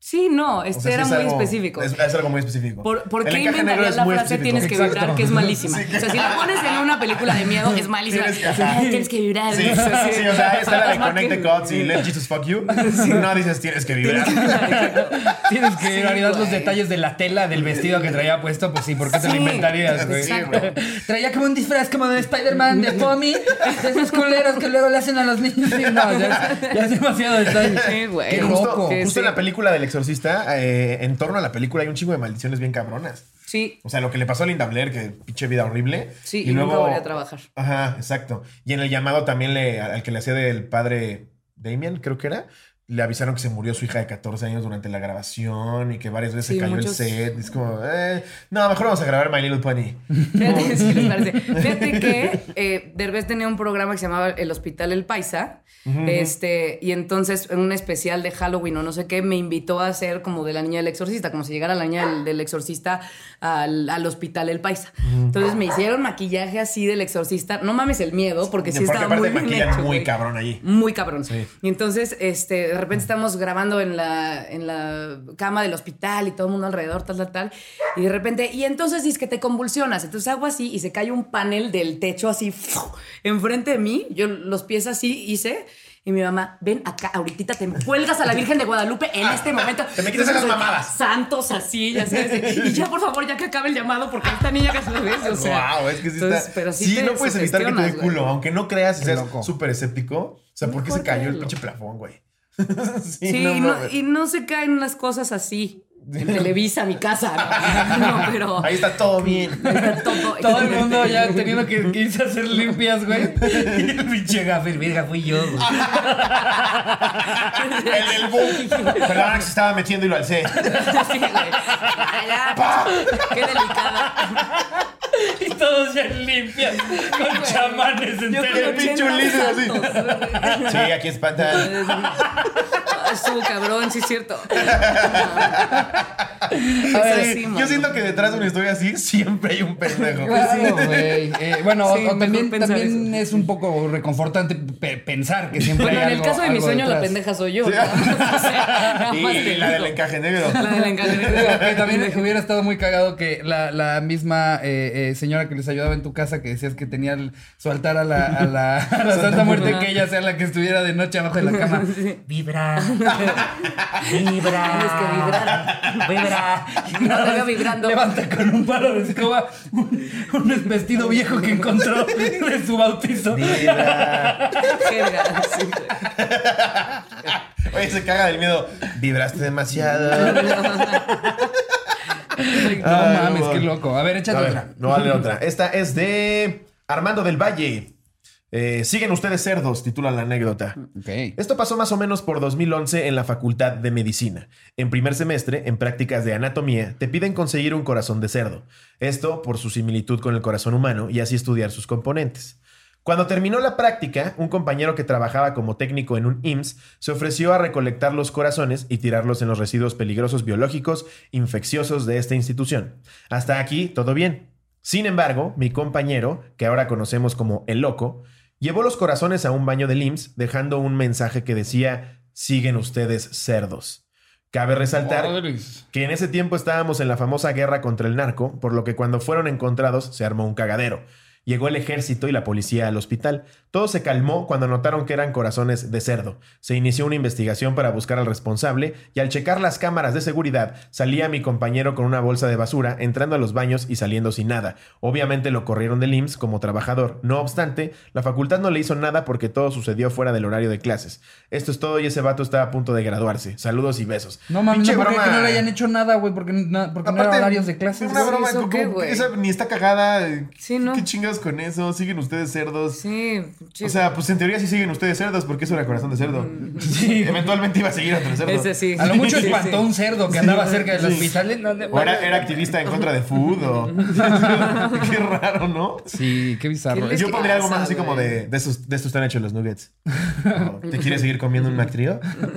Sí, no, O este sea, sí era es muy algo- específico. Es, es algo muy específico. ¿Por, ¿por El qué encaje negro inventarías es la muy frase específico. tienes que Exacto. vibrar, que es malísima? O sea, si la pones en una película de miedo, es malísima. Tienes que- Ay, tienes que vibrar. Sí, ¿no? O sea, sí, o sea, ahí está la de Fantasma Connect the que- Gods y Let Jesus Fuck You. No dices tienes que vibrar. Tienes que Sí, valorar los güey. detalles de la tela del vestido que traía puesto, pues sí, ¿por qué te lo Sí, inventarías, güey? exacto. Traía como un disfraz como de Spider-Man de Tommy, de esos culeros que luego le hacen a los niños. Sí, no, ya es, ya es demasiado detalle. Sí, güey. Qué Que justo, loco. Que justo sí. en la película del Exorcista, eh, en torno a la película hay un chingo de maldiciones bien cabronas. Sí, O sea, lo que le pasó a Linda Blair, que pinche vida horrible. sí, y, nunca volví a trabajar. Ajá, exacto. Y en el llamado también le, al que le hacía del padre Damien, creo que era, le avisaron que se murió su hija de catorce años durante la grabación y que varias veces Sí, se cayó muchos- el set. Y es como, eh, no, mejor vamos a grabar My Little Pony. Fíjate, sí, les parece. Fíjate que eh, Derbez tenía un programa que se llamaba El Hospital El Paisa. este, y entonces, en un especial de Halloween o no sé qué, me invitó a hacer como de la niña del exorcista, como si llegara la niña del, del exorcista al, al Hospital El Paisa. Entonces me hicieron maquillaje así del exorcista. No mames el miedo, porque sí Porque estaba aparte muy bien maquillan hecho, muy güey. cabrón allí. Muy cabrón. Sí. Y entonces, este, de repente estamos grabando en la, en la cama del hospital y todo el mundo alrededor, tal, tal, tal. Y de repente, y entonces dices que te convulsionas. Entonces hago así y se cae un panel del techo así ¡fu! Enfrente de mí. Yo los pies así hice. Y mi mamá, ven acá, ahorita te cuelgas a la Virgen de Guadalupe en este momento. Te me quitas esas mamadas. Santos así, ya sabes. Y ya, por favor, ya que acabe el llamado, porque esta niña que se lo ves, o sea. Wow, es que sí entonces, está. pero sí sí, te no puedes evitar que te dé sugestionas, culo, güey. aunque no creas y Qué seas loco. súper escéptico. O sea, No ¿por qué puedo se cayó el creerlo. pinche plafón, güey? sí, Sí, no y, no, mames. y no se caen las cosas así. En Televisa, mi casa. No, no pero. Ahí está todo bien. Está todo, Todo el mundo ya teniendo que, que irse a hacer limpias, güey. Y el pinche gaffer, verga, fui yo, güey. El del boom. Perdón, que se estaba metiendo y lo alcé. Sí, güey. Ay, ya. Qué delicada. Y todos ya limpias con chamanes Yo enteros. quiero pinche Ulises así. Sí, aquí espantan. Estuvo cabrón, sí es cierto. A ver, Sí, Yo mano. siento que detrás de una historia así siempre hay un pendejo. Claro, güey. Eh, bueno, Sí, o, o mejor también, pensar también eso. es un poco reconfortante pe- pensar que siempre Bueno, hay en el algo- caso de mi algo sueño, la detrás. pendeja soy yo. Sí. Nada más, o sea, nada más te Y la del digo. encaje negro. La del encaje Digo, negro. que también hubiera estado muy cagado que la, la misma eh, eh, señora que les ayudaba en tu casa, que decías que tenía el- su altar a la, a la, a la Santa Muerte, que ella sea la que estuviera de noche abajo de la cama. Vibra. Vibra. Tienes que vibrar. Vibra. No te veo vibrando. Levanta con un palo de escoba un, un vestido viejo que encontró de su bautizo. Vibra. Jerga, sí. Oye, se caga del miedo. Vibraste demasiado. No Ay, mames, no, qué no. loco. A ver, échate A ver, otra. no vale otra. Esta es de Armando del Valle. Eh, Siguen ustedes cerdos, titula la anécdota. Ok. Esto pasó más o menos por dos mil once en la Facultad de Medicina. En primer semestre, en prácticas de anatomía, te piden conseguir un corazón de cerdo. Esto por su similitud con el corazón humano y así estudiar sus componentes. Cuando terminó la práctica, un compañero que trabajaba como técnico en un I M S S se ofreció a recolectar los corazones y tirarlos en los residuos peligrosos biológicos infecciosos de esta institución. Hasta aquí, todo bien. Sin embargo, mi compañero, que ahora conocemos como El Loco, llevó los corazones a un baño del I M S S dejando un mensaje que decía: siguen ustedes cerdos. Cabe resaltar Madres. que en ese tiempo estábamos en la famosa guerra contra el narco, por lo que cuando fueron encontrados se armó un cagadero. Llegó el ejército y la policía al hospital. Todo se calmó cuando notaron que eran corazones de cerdo. Se inició una investigación para buscar al responsable y al checar las cámaras de seguridad salía mi compañero con una bolsa de basura entrando a los baños y saliendo sin nada. Obviamente lo corrieron del I M S S como trabajador. No obstante, la facultad no le hizo nada porque todo sucedió fuera del horario de clases. Esto es todo y ese vato está a punto de graduarse. Saludos y besos. No mames, Pinche no, porque broma. que no le hayan hecho nada, güey, porque, no, porque no Aparte, eran horarios de clases. Una Sí, broma, ¿eso como- qué, como- güey? esa ni está cagada. Sí, ¿no? ¿Qué chingados con eso? ¿Siguen ustedes cerdos? Sí, sí. O sea, pues en teoría sí siguen ustedes cerdos porque eso era corazón de cerdo. Sí. Eventualmente iba a seguir otro cerdo. Ese sí. A lo mucho Sí, espantó sí. un cerdo que andaba cerca del Sí. hospital. No, no, O era, era activista en contra de food o... Qué raro, ¿no? Sí, qué bizarro. ¿Qué Yo les pondría algo pasa, más así como güey? de, de, estos, de estos están hechos los nuggets. O, ¿te quieres seguir comiendo un McTrio?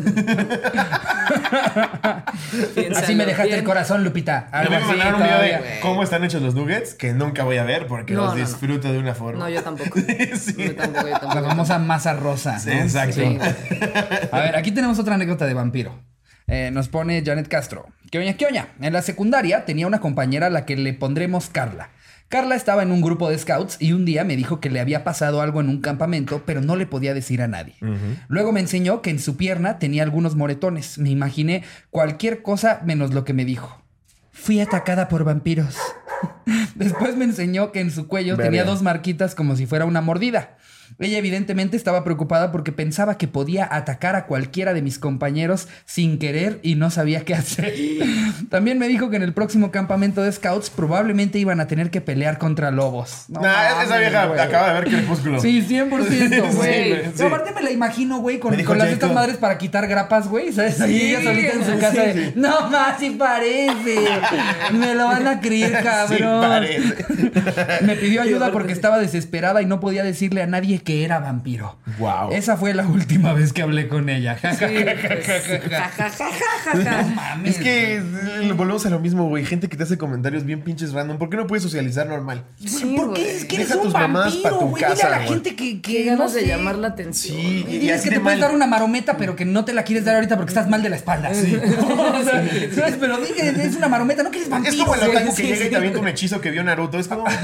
Así me dejaste bien. el corazón, Lupita. Me Algo voy a así mandar un video todavía. de cómo están hechos los nuggets que nunca voy a ver porque No, los no, no. disfruto de una forma. No, yo tampoco. Sí. Yo tampoco, yo tampoco. La famosa masa rosa. Sí, ¿no? exacto. Sí. A ver, aquí tenemos otra anécdota de vampiro. Eh, nos pone Janet Castro. ¿Qué oña, qué oña? En la secundaria tenía una compañera a la que le pondremos Carla. Carla estaba en un grupo de scouts y un día me dijo que le había pasado algo en un campamento, pero no le podía decir a nadie. Uh-huh. Luego me enseñó que en su pierna tenía algunos moretones. Me imaginé cualquier cosa menos lo que me dijo. Fui atacada por vampiros. Después me enseñó que en su cuello Verga. tenía dos marquitas como si fuera una mordida. Ella evidentemente estaba preocupada porque pensaba que podía atacar a cualquiera de mis compañeros sin querer y no sabía qué hacer. También me dijo que en el próximo campamento de scouts probablemente iban a tener que pelear contra lobos. No, nah, mames, esa vieja wey. acaba de ver Crepúsculo. Sí, cien por ciento, güey. Sí, sí. Pero aparte me la imagino, güey, con, con las estas madres para quitar grapas, güey. ¿Sabes? Ahí sí, ella solita en su casa. Sí, sí. No más, sí parece. Me lo van a creer, cabrón. Sí parece. Me pidió ayuda porque estaba desesperada y no podía decirle a nadie que era vampiro. Wow. Esa fue la última vez que hablé con ella. Ja, ja, sí, ja, ja, ja, ja, ja. No mames. Es que volvemos a lo mismo, güey. Gente que te hace comentarios bien pinches random. ¿Por qué no puedes socializar normal? Sí, ¿por qué? Es que eres Deja un tus mamás para tu güey. casa. Dile a la güey. gente que, que Qué ganas no de sé. llamar la atención. Sí, Y diles que te puedes dar una marometa, pero que no te la quieres dar ahorita porque estás mal de la espalda. Sí. O sea, ¿sabes? Pero dile, es una marometa, no que eres vampiro. Es como el otaku que sí, llega sí. y te avienta un hechizo que vio Naruto. Es como...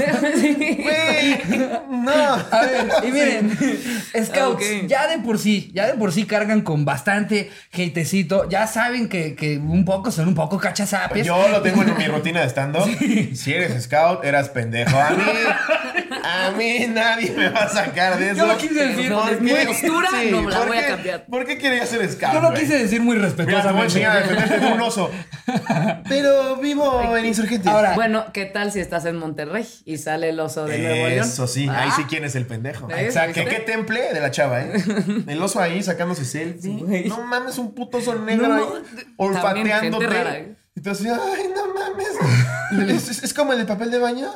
Güey, no. A ver, y miren, Scouts, Okay. ya de por sí, ya de por sí cargan con bastante hatecito. Ya saben que, que un poco son un poco cachazapes. Yo lo tengo en mi rutina de stand-up. Sí. Si eres scout, eras pendejo. A mí, a mí nadie me va a sacar de eso. Yo lo quise decir. No, ¿Por mi qué? postura Sí, no me la ¿por voy qué? a cambiar. ¿Por qué quería ser scout? Yo lo güey? quise decir muy Mira, te voy a respetuosamente. enseñar a defenderte de un oso. Pero vivo en Insurgentes. Ahora, Bueno, ¿qué tal si estás en Monterrey y sale el oso de Nuevo León? Eso sí, Ah. ahí sí quién es el pendejo. ¿Ves? Exacto. ¿Qué, ¿Viste? qué temple de la chava, eh? El oso ahí sacándose selfie. Sí. No mames, un puto oso negro No, ahí también olfateándote. gente rara, ¿eh? Y tú así, ay, no mames. Es, es- es como el de papel de baño.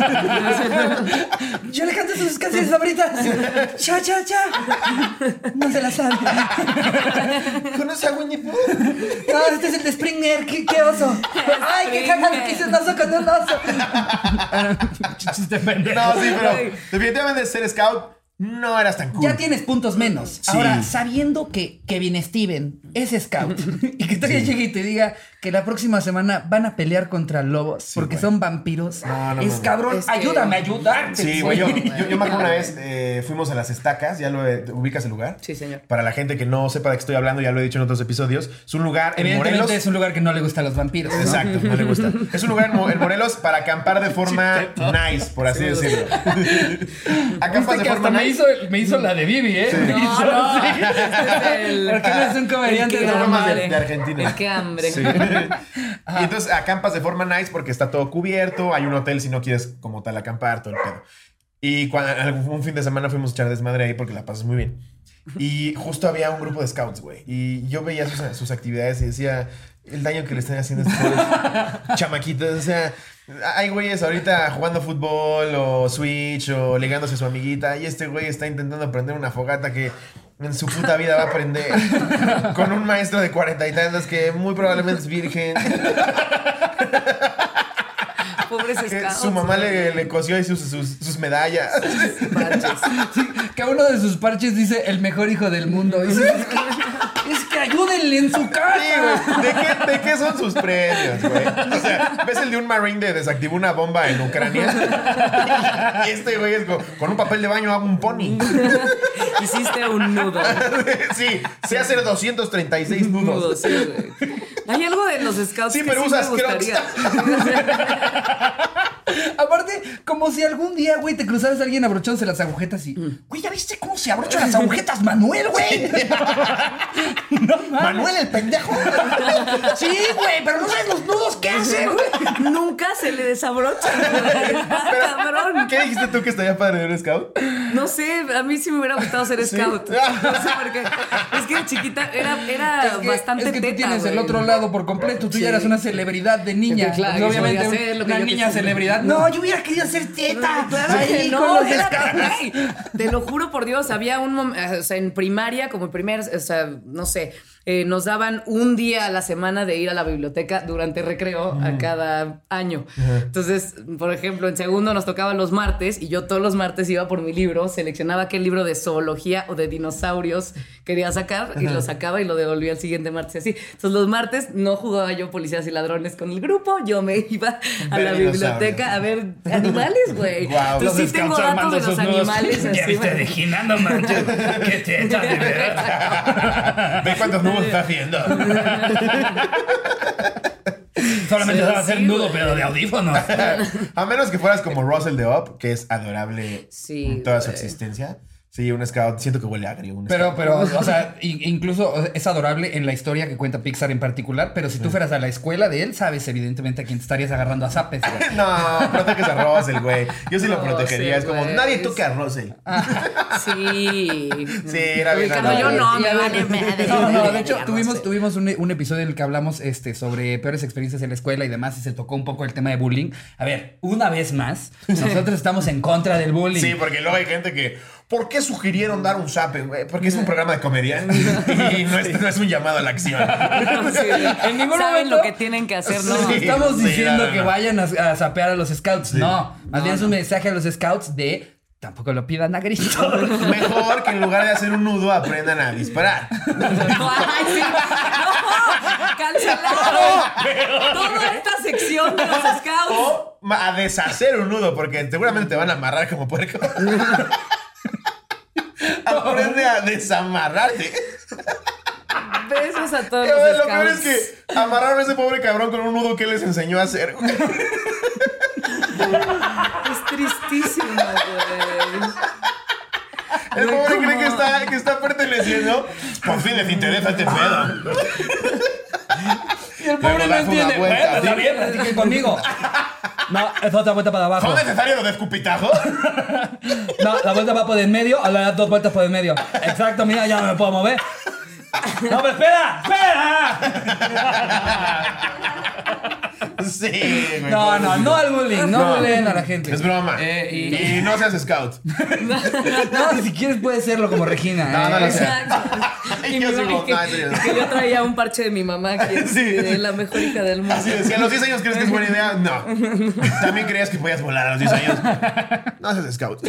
yo le canto sus canciones favoritas. Cha, cha, cha. No se la sabe. ¿Conoces a Winnie Pooh? No, este es el de Springer. ¿Qué, qué oso? Ay, qué cagado que hice un oso con un oso. Chiste pendejo. No, sí, pero definitivamente ser scout no eras tan cool. Ya tienes puntos menos. Sí. Ahora, sabiendo que Kevin Steven es scout y que todavía llegue y te diga que la próxima semana van a pelear contra lobos Sí, porque güey. son vampiros, No, no, es no, no. cabrón. Es que- Ayúdame a ayudarte. Sí, güey, yo, yo, yo me acuerdo una vez, eh, fuimos a las estacas, ya lo he- ubicas el lugar. Sí, señor. Para la gente que no sepa de qué estoy hablando, ya lo he dicho en otros episodios. Es un lugar en Evidentemente Morelos. es un lugar que no le gusta a los vampiros. ¿no? Exacto, no le gusta. Es un lugar en, Mo- en Morelos para acampar de forma nice, por así decirlo. Acampas de que forma hasta me nice. hizo, me hizo la de Vivi, ¿eh? Me No, hizo- no. sí. Este es el- Porque no es un comediante el de que Son más de, hambre. de Argentina. El que hambre. Sí. Y entonces acampas de forma nice porque está todo cubierto. Hay un hotel si no quieres como tal acampar, todo el pedo. Y cuando, un fin de semana fuimos a echar desmadre ahí porque la pasas muy bien. Y justo había un grupo de scouts, güey. Y yo veía sus, sus actividades y decía el daño que le están haciendo a estos pobres chamaquitos. O sea, hay güeyes ahorita jugando fútbol o Switch o ligándose a su amiguita. Y este güey está intentando prender una fogata que en su puta vida va a aprender con un maestro de cuarenta y tantos que muy probablemente es virgen. Pobres Que scouts. su mamá le, le cosió ahí sus, sus, sus medallas. Parches. Sí, que uno de sus parches dice el mejor hijo del mundo. Y dices, es que, es que ayúdenle en su Sí, casa. güey. ¿De qué, ¿De qué son sus premios, güey? O sea, ¿ves el de un marine de desactivó una bomba en Ucrania? Y este güey es con, con un papel de baño hago un pony. Hiciste un nudo. Sí, sé hacer doscientos treinta y seis Nudo, nudos. sí, güey. Hay algo de los scouts Sí, que pero sí usas me gustaría. Aparte, como si algún día, güey, te cruzaras a alguien abrochándose las agujetas y... Güey, ¿ya viste cómo se abrochan las agujetas Manuel, güey? No mames. Manuel el pendejo. Sí, güey, pero no sabes los nudos que hace, güey. Nunca se le desabrocha. güey. Está Pero, cabrón. ¿qué dijiste tú que estaría padre de un scout? No sé, a mí sí me hubiera gustado ser scout. No sé por qué. Es que de chiquita era, era Es que, bastante es que tú teta, tienes güey. el otro lado por completo. Tú Sí. ya eras una celebridad de niña. Claro, Pues, yo obviamente, podía hacer lo que una yo niña quisiera. celebridad. No, yo hubiera querido ser teta. Claro que Ahí no, con los era- scouts. güey, te lo juro por Dios, había un momento, o sea, en primaria, como el primer, o sea, no sé, eh, nos daban un día a la semana de ir a la biblioteca durante recreo mm. a cada año. Uh-huh. Entonces, por ejemplo, en segundo nos tocaban los martes y yo todos los martes iba por mi libro, seleccionaba qué libro de zoología o de dinosaurios quería sacar uh-huh. y lo sacaba y lo devolvía el siguiente martes así. Entonces, los martes no jugaba yo policías y ladrones con el grupo, yo me iba a ver la biblioteca a ver animales, güey. Wow. Entonces, sí tengo datos de los animales. Ya viste originando, macho. Qué teta, de verdad. Ve cuántos nudos está haciendo. Solamente Sí, sabe hacer sí, nudo, güey. pero de audífonos. A menos que fueras como Russell de Up, que es adorable Sí, en toda su güey. existencia. Sí, un scout. Siento que huele agrio. Un Pero, scout. pero, o sea, i- incluso es adorable en la historia que cuenta Pixar en particular, pero si tú fueras a la escuela de él, sabes evidentemente a quién te estarías agarrando a zapes, güey. No, proteges a Russell, güey. Yo sí lo No, protegería. sí, es como, güey. nadie toque a Russell. Sí. Sí, era bien Cuando yo adorable. no, Y me a ver, vale madre. No, no, de hecho, Ya tuvimos, sé. tuvimos un, un episodio en el que hablamos este, sobre peores experiencias en la escuela y demás, y se tocó un poco el tema de bullying. A ver, una vez más, nosotros estamos en contra del bullying. Sí, porque luego hay gente que, ¿por qué sugirieron dar un zape, güey? Porque es un programa de comedia y no es, no es un llamado a la acción. Sí, En ningún saben momento lo que tienen que hacer, ¿no? no Sí, estamos sí, diciendo no, no, que no. vayan a, a zapear a los scouts. No, más No, bien es no. un mensaje a los scouts de tampoco lo pidan a gritos. Mejor que en lugar de hacer un nudo aprendan a disparar. Ay, sí. No, cancelado. Toda esta sección de los scouts. O ma- a deshacer un nudo, porque seguramente te van a amarrar como puerco. Aprende a desamarrarte. Besos a todos Y a los ver, lo scouts. peor es que amarraron a ese pobre cabrón con un nudo que él les enseñó a hacer. Es tristísimo, güey. El Güey, pobre ¿cómo? cree que está, que está perteneciendo. Por fin les interesa este pedo. Y el pobre Luego no das una entiende. vuelta, Bueno, ¿sí? está bien, platiquen conmigo. No, es otra vuelta para abajo. ¿Son necesarios los de escupitajo? No, la vuelta va por en medio, ahora das dos vueltas por en medio. Exacto, mira, ya no me puedo mover. No, pero espera, espera. Sí, güey. No, no, no al bullying, no, No. bullying a la gente. Es broma. Eh, y, Y no seas scout. no, ni siquiera puedes serlo como Regina. No, no eh. lo sé. Exacto. Y Y, yo mi soy mamá- como, que, no, en serio. que yo traía un parche de mi mamá, que es Sí. eh, la mejor hija del mundo. Así decía, a los diez años crees que es buena idea. No. También creías que podías volar a los diez años. No seas scout.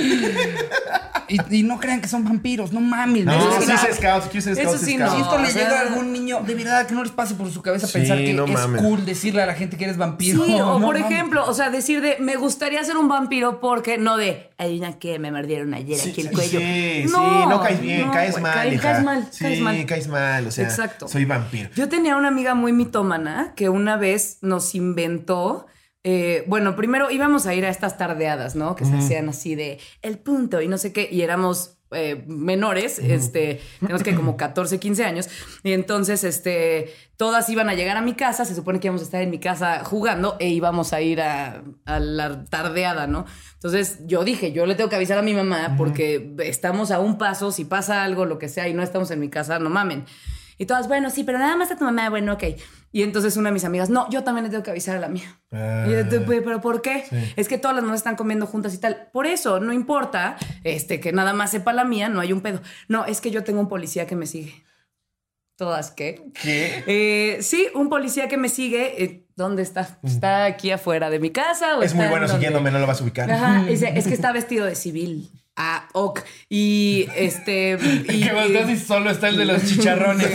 Y, y no crean que son vampiros, no mames. No, Eso sí sí, sé scout. ¿Quieres ser Eso scout? sí, Sí, no. Si scout. esto le o sea- llega a algún niño, de verdad que no les pase por su cabeza Sí, pensar que no es mames. cool decirle a la gente que eres vampiro. Sí, o No por mames. ejemplo, o sea, decir de me gustaría ser un vampiro porque no de adivina que me mordieron ayer aquí el cuello. Sí, sí, no caes bien, caes güey, mal, caes, hija. caes mal, Sí, caes mal. caes mal, o sea, Exacto. soy vampiro. Yo tenía una amiga muy mitómana que una vez nos inventó. eh, bueno, primero íbamos a ir a estas tardeadas, ¿no? Que se hacían así de el punto y no sé qué, y éramos eh, menores, este, tenemos que como catorce, quince años, y entonces, este, todas iban a llegar a mi casa, se supone que íbamos a estar en mi casa jugando e íbamos a ir a, a la tardeada, ¿no? Entonces yo dije, yo le tengo que avisar a mi mamá porque estamos a un paso, si pasa algo, lo que sea, y no estamos en mi casa, no mamen. Y todas, bueno, sí, pero nada más a tu mamá, bueno, ok. Y entonces una de mis amigas, no, yo también le tengo que avisar a la mía. Ah. Y yo, ¿pero por qué? Sí. Es que todas las mamás están comiendo juntas y tal. Por eso, no importa este, que nada más sepa la mía, no hay un pedo. No, es que yo tengo un policía que me sigue. ¿Todas qué? ¿Qué? Eh, sí, un policía que me sigue. Eh, ¿Dónde está? ¿Está aquí afuera de mi casa? ¿O Es muy está bueno en dónde? siguiéndome, no lo vas a ubicar. Ajá, dice, es que está vestido de civil. Ah, ok. Y este. Y, Que vas casi solo está el de los chicharrones.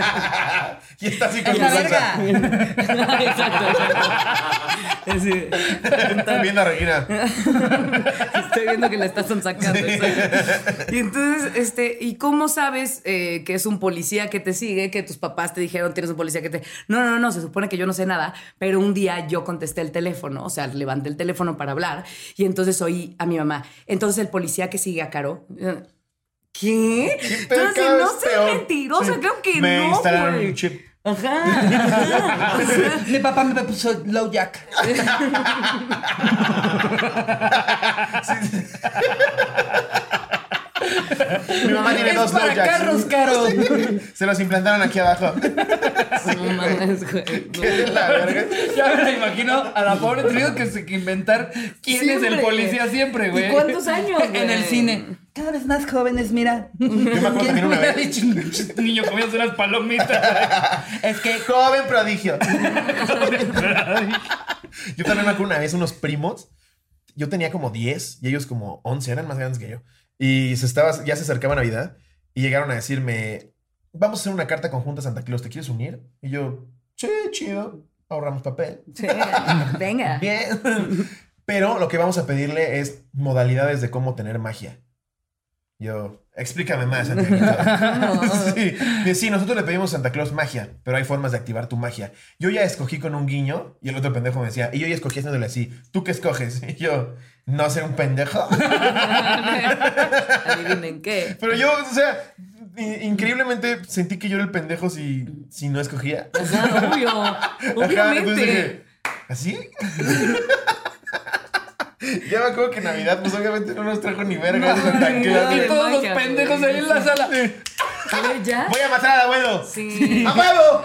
Y está así con ¡Es su la bolsa. verga! Exacto. Sí. Viendo a Regina. Estoy viendo que la estás sacando. Y entonces, este, ¿y cómo sabes eh, que es un policía que te sigue? Que tus papás te dijeron tienes un policía que te. No, no, no, se supone que yo no sé nada, pero un día yo contesté el teléfono, o sea, levanté el teléfono para hablar, y entonces oí a mi mamá. Entonces el policía que sigue a Caro. ¿Qué? Entonces, Cada no vez seas peor. mentirosa, Sí. creo que Me no. instalaron güey. un chip. Ajá. ajá. O sea, Mi papá me puso low jack. Mi mamá tiene Es dos para low jacks. carros, Caro. Se los implantaron aquí abajo. no mames, güey. ¿Qué es la verga? Ya me la imagino a la pobre tenido que, se- que inventar quién es el Siempre. policía siempre, güey. ¿Y cuántos años, En el güey? cine. cada vez más jóvenes, mira. Yo me acuerdo también una vez. Este niño comiendo unas palomitas. Es que... Joven prodigio. Yo también me acuerdo una vez unos primos. Yo tenía como diez y ellos como once, eran más grandes que yo. Y se estaba, ya se acercaba Navidad y llegaron a decirme, vamos a hacer una carta conjunta a Santa Claus, ¿te quieres unir? Y yo, sí, chido, ahorramos papel. Sí, venga. Bien. Pero lo que vamos a pedirle es modalidades de cómo tener magia. Yo, explícame más, Santiago. No. Sí. Sí, nosotros le pedimos a Santa Claus magia, pero hay formas de activar tu magia. Yo ya escogí con un guiño y el otro pendejo me decía, y yo ya escogí haciéndole así, ¿tú qué escoges? Y yo, no ser un pendejo. Adivinen qué. Pero yo, o sea, increíblemente sentí que yo era el pendejo si, si no escogía. Ajá, obvio. Ajá, Obviamente. entonces dije, ¿así? Ya me acuerdo que Navidad, pues obviamente no nos trajo ni verga de Santa Claus. Y todos los magia, pendejos güey. ahí en la sala. A ver, ¿ya? Voy a matar al abuelo. Sí. ¡A huevo!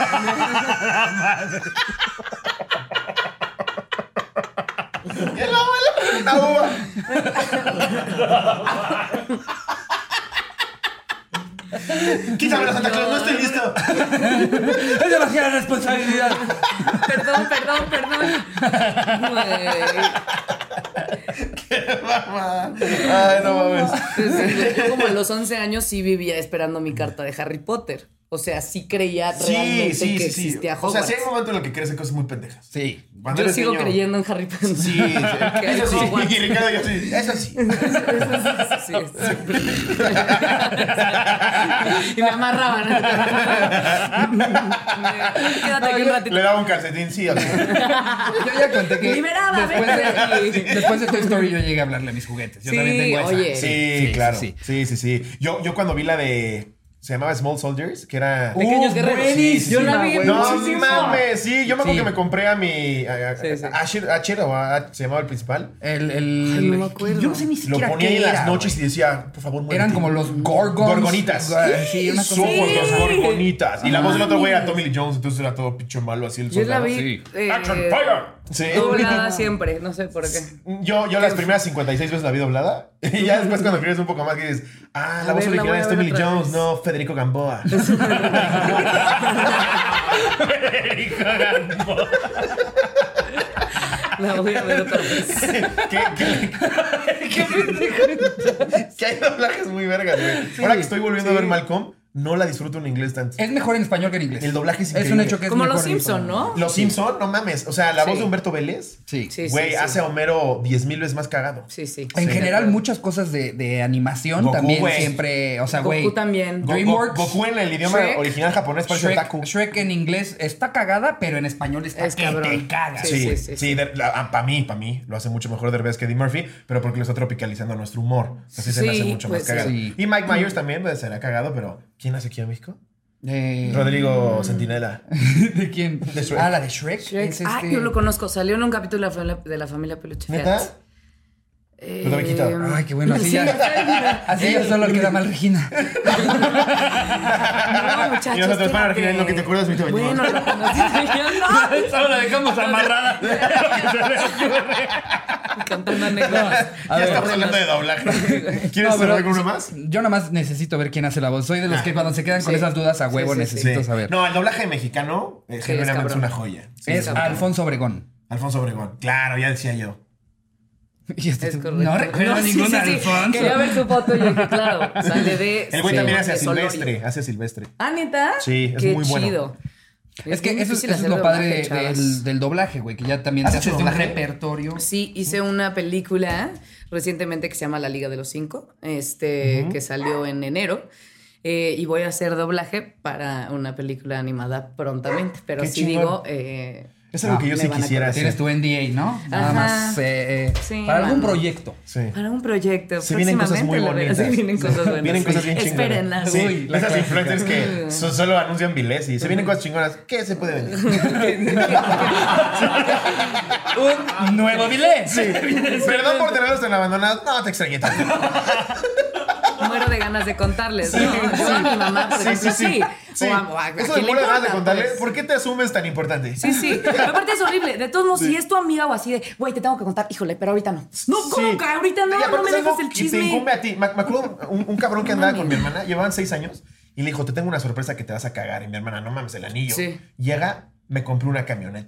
Y el abuelo, una uva. Quítame la Santa Claus, no estoy listo. Es demasiada responsabilidad. Perdón, perdón, perdón. Güey. Qué mamada. Ay, no mames. Entonces, yo como a los once años sí vivía esperando mi carta de Harry Potter. O sea, sí creía realmente que existía O sea, Hogwarts. sí hay un momento en el que crees cosas muy pendejas. Sí. Cuando Yo eres sigo niño- creyendo en Harry Potter. Sí, sí. Que hay Eso sí. Hogwarts. Y Ricardo y yo sí. Eso sí. Sí, siempre. Y me amarraban. Quédate aquí un ratito. Le daba un calcetín, sí. O sea. Yo ya conté que Liberada, después, vete de de, aquí. después de Toy Story yo llegué a hablarle a mis juguetes. Yo Sí, también tengo esa. oye. Sí, claro. Sí, Sí, sí, sí. Yo, yo cuando vi la de... Se llamaba Small Soldiers, que era... Pequeños Uh, guerreros. buenísima, Yo la vi güey. No muchísimo. mames, sí, yo me acuerdo Sí. que me compré a mi... A, a- Sí, sí. Asher, Asher, o a- se llamaba el principal. El, el, Ay, no me acuerdo. Yo no sé ni Lo siquiera ponía ahí qué en las era, noches güey. y decía, por favor, muérete. Eran como los Gorgons. Gorgonitas. Sí, una cosa Somos así. los Gorgonitas. Y la voz del otro güey era Tommy Lee Jones, entonces era todo pinche malo así el Yo la soldado. vi. Sí. eh, ¡Action fire! Sí. doblada siempre. No sé por qué. Yo, yo las primeras cincuenta y seis veces la vi doblada. Y ya después cuando quieres un poco más que dices, ah, la A voz ver, la original voy a es ver Tommy Lee otra Jones, vez. no Federico Gamboa. La voy a ver otra vez. ¿Qué, qué, que hay doblajes muy vergas, güey. Ahora que estoy volviendo a ver Malcolm, no la disfruto en inglés tanto. Es mejor en español que en inglés. El doblaje es Es un increíble. hecho que es Como mejor los en Simpson, español. ¿no? Los Simpson, no mames. O sea, la Sí. voz de Humberto Vélez, Sí. Sí, güey, sí, hace a Homero diez mil veces más cagado. Sí, sí. En Sí. general, muchas cosas de, de animación Goku, también güey. siempre. O sea, Goku güey. también. Go- DreamWorks. Go- Goku en el idioma Shrek. original japonés parece Shrek, otaku. Shrek en inglés está cagada, pero en español está Es que cabrón. te caga. Sí, Sí, sí, sí, sí, sí. para mí, para mí, lo hace mucho mejor Derbez que Eddie Murphy, pero porque lo está tropicalizando nuestro humor. Así se me Sí, hace mucho pues más cagado. sí. Y Mike Myers también pues, será cagado, pero ¿quién hace aquí en México? Eh, Rodrigo Centinela. ¿De quién? De Shrek. Ah, la de Shrek. Shrek. Es Ah, este- yo lo conozco. Salió en un capítulo de la familia, de la familia Peluche. ¿Neta? Fíjate. Eh, Lo también quitado. Ay, qué bueno. Así ya, así ya solo queda mal Regina. No, muchachos. Y nosotros, para espérate. Regina, en lo que te acuerdas, ahorita venimos. Bueno, lo conocí. No. Solo la dejamos amarrada. Cantando anécdotas. A Ya ver, estamos hablando de doblaje. ¿Quieres No, hacer pero alguno más? Yo nada más necesito ver quién hace la voz. Soy de los Ah. que cuando se quedan con Sí. esas dudas a huevo Sí, sí, necesito Sí. saber. No, el doblaje mexicano eh, es genuinamente es cabrón. una joya. Sí, es cabrón. Alfonso Obregón. Alfonso Obregón. Claro, ya decía yo. Y este- Es correcto. no recuerdo sí, ningún sí, sí. Alfonso. Quería ver su foto y yo dije, claro, sale de. El güey sí, también hace a de Solorio. Silvestre. Hace a Silvestre. Ah, ¿neta? Sí, es Qué muy bueno. chido. Es que bien eso, es- difícil eso es hacer lo padre doblaje, de- chavas. del, del doblaje, güey, que ya también ¿Has te hecho haces de un doblaje? repertorio. Sí, hice una película recientemente que se llama La Liga de los Cinco, este, que salió en enero. Eh, y voy a hacer doblaje para una película animada prontamente. Pero Qué sí chingón. digo. Eh, Es algo Ah, que yo me sí van a quisiera corregir. Tienes hacer. tu N D A, ¿no? Nada Ajá. más eh, eh, Sí, para algún mano. proyecto. Sí. Para un proyecto. Se vienen cosas muy próximamente, la bonitas. verdad, Sí, vienen cosas buenas. Vienen sí. cosas bien chingonas. Espérenlas. Sí, Uy, la esas clásica. influencers que so- solo anuncian billets y se vienen cosas chingonas. ¿Qué se puede venir? Un nuevo billet. Perdón por tenerlos tan abandonados. No te extrañé tanto. muero de ganas de contarles. Sí, ¿no? sí. Yo a mi mamá, por Sí, ejemplo, sí, sí. sí. Sí. O a, o a- ¿a Eso de quién le muero de ganas de importa, contarle. pues? ¿Por qué te asumes tan importante? Sí, sí. Pero aparte es horrible. De todos modos, si es tu amiga o así de, güey, te tengo que contar, híjole, pero ahorita no. No, ¿cómo Sí. que ahorita no? Y aparte No me es algo dejas el que te chisme. incumbe a ti. Me, me acuerdo un, un cabrón que andaba No, con mi mira. hermana, llevaban seis años, y le dijo, te tengo una sorpresa que te vas a cagar. Y mi hermana, no mames, el anillo. Sí. Llega, me compré una camioneta.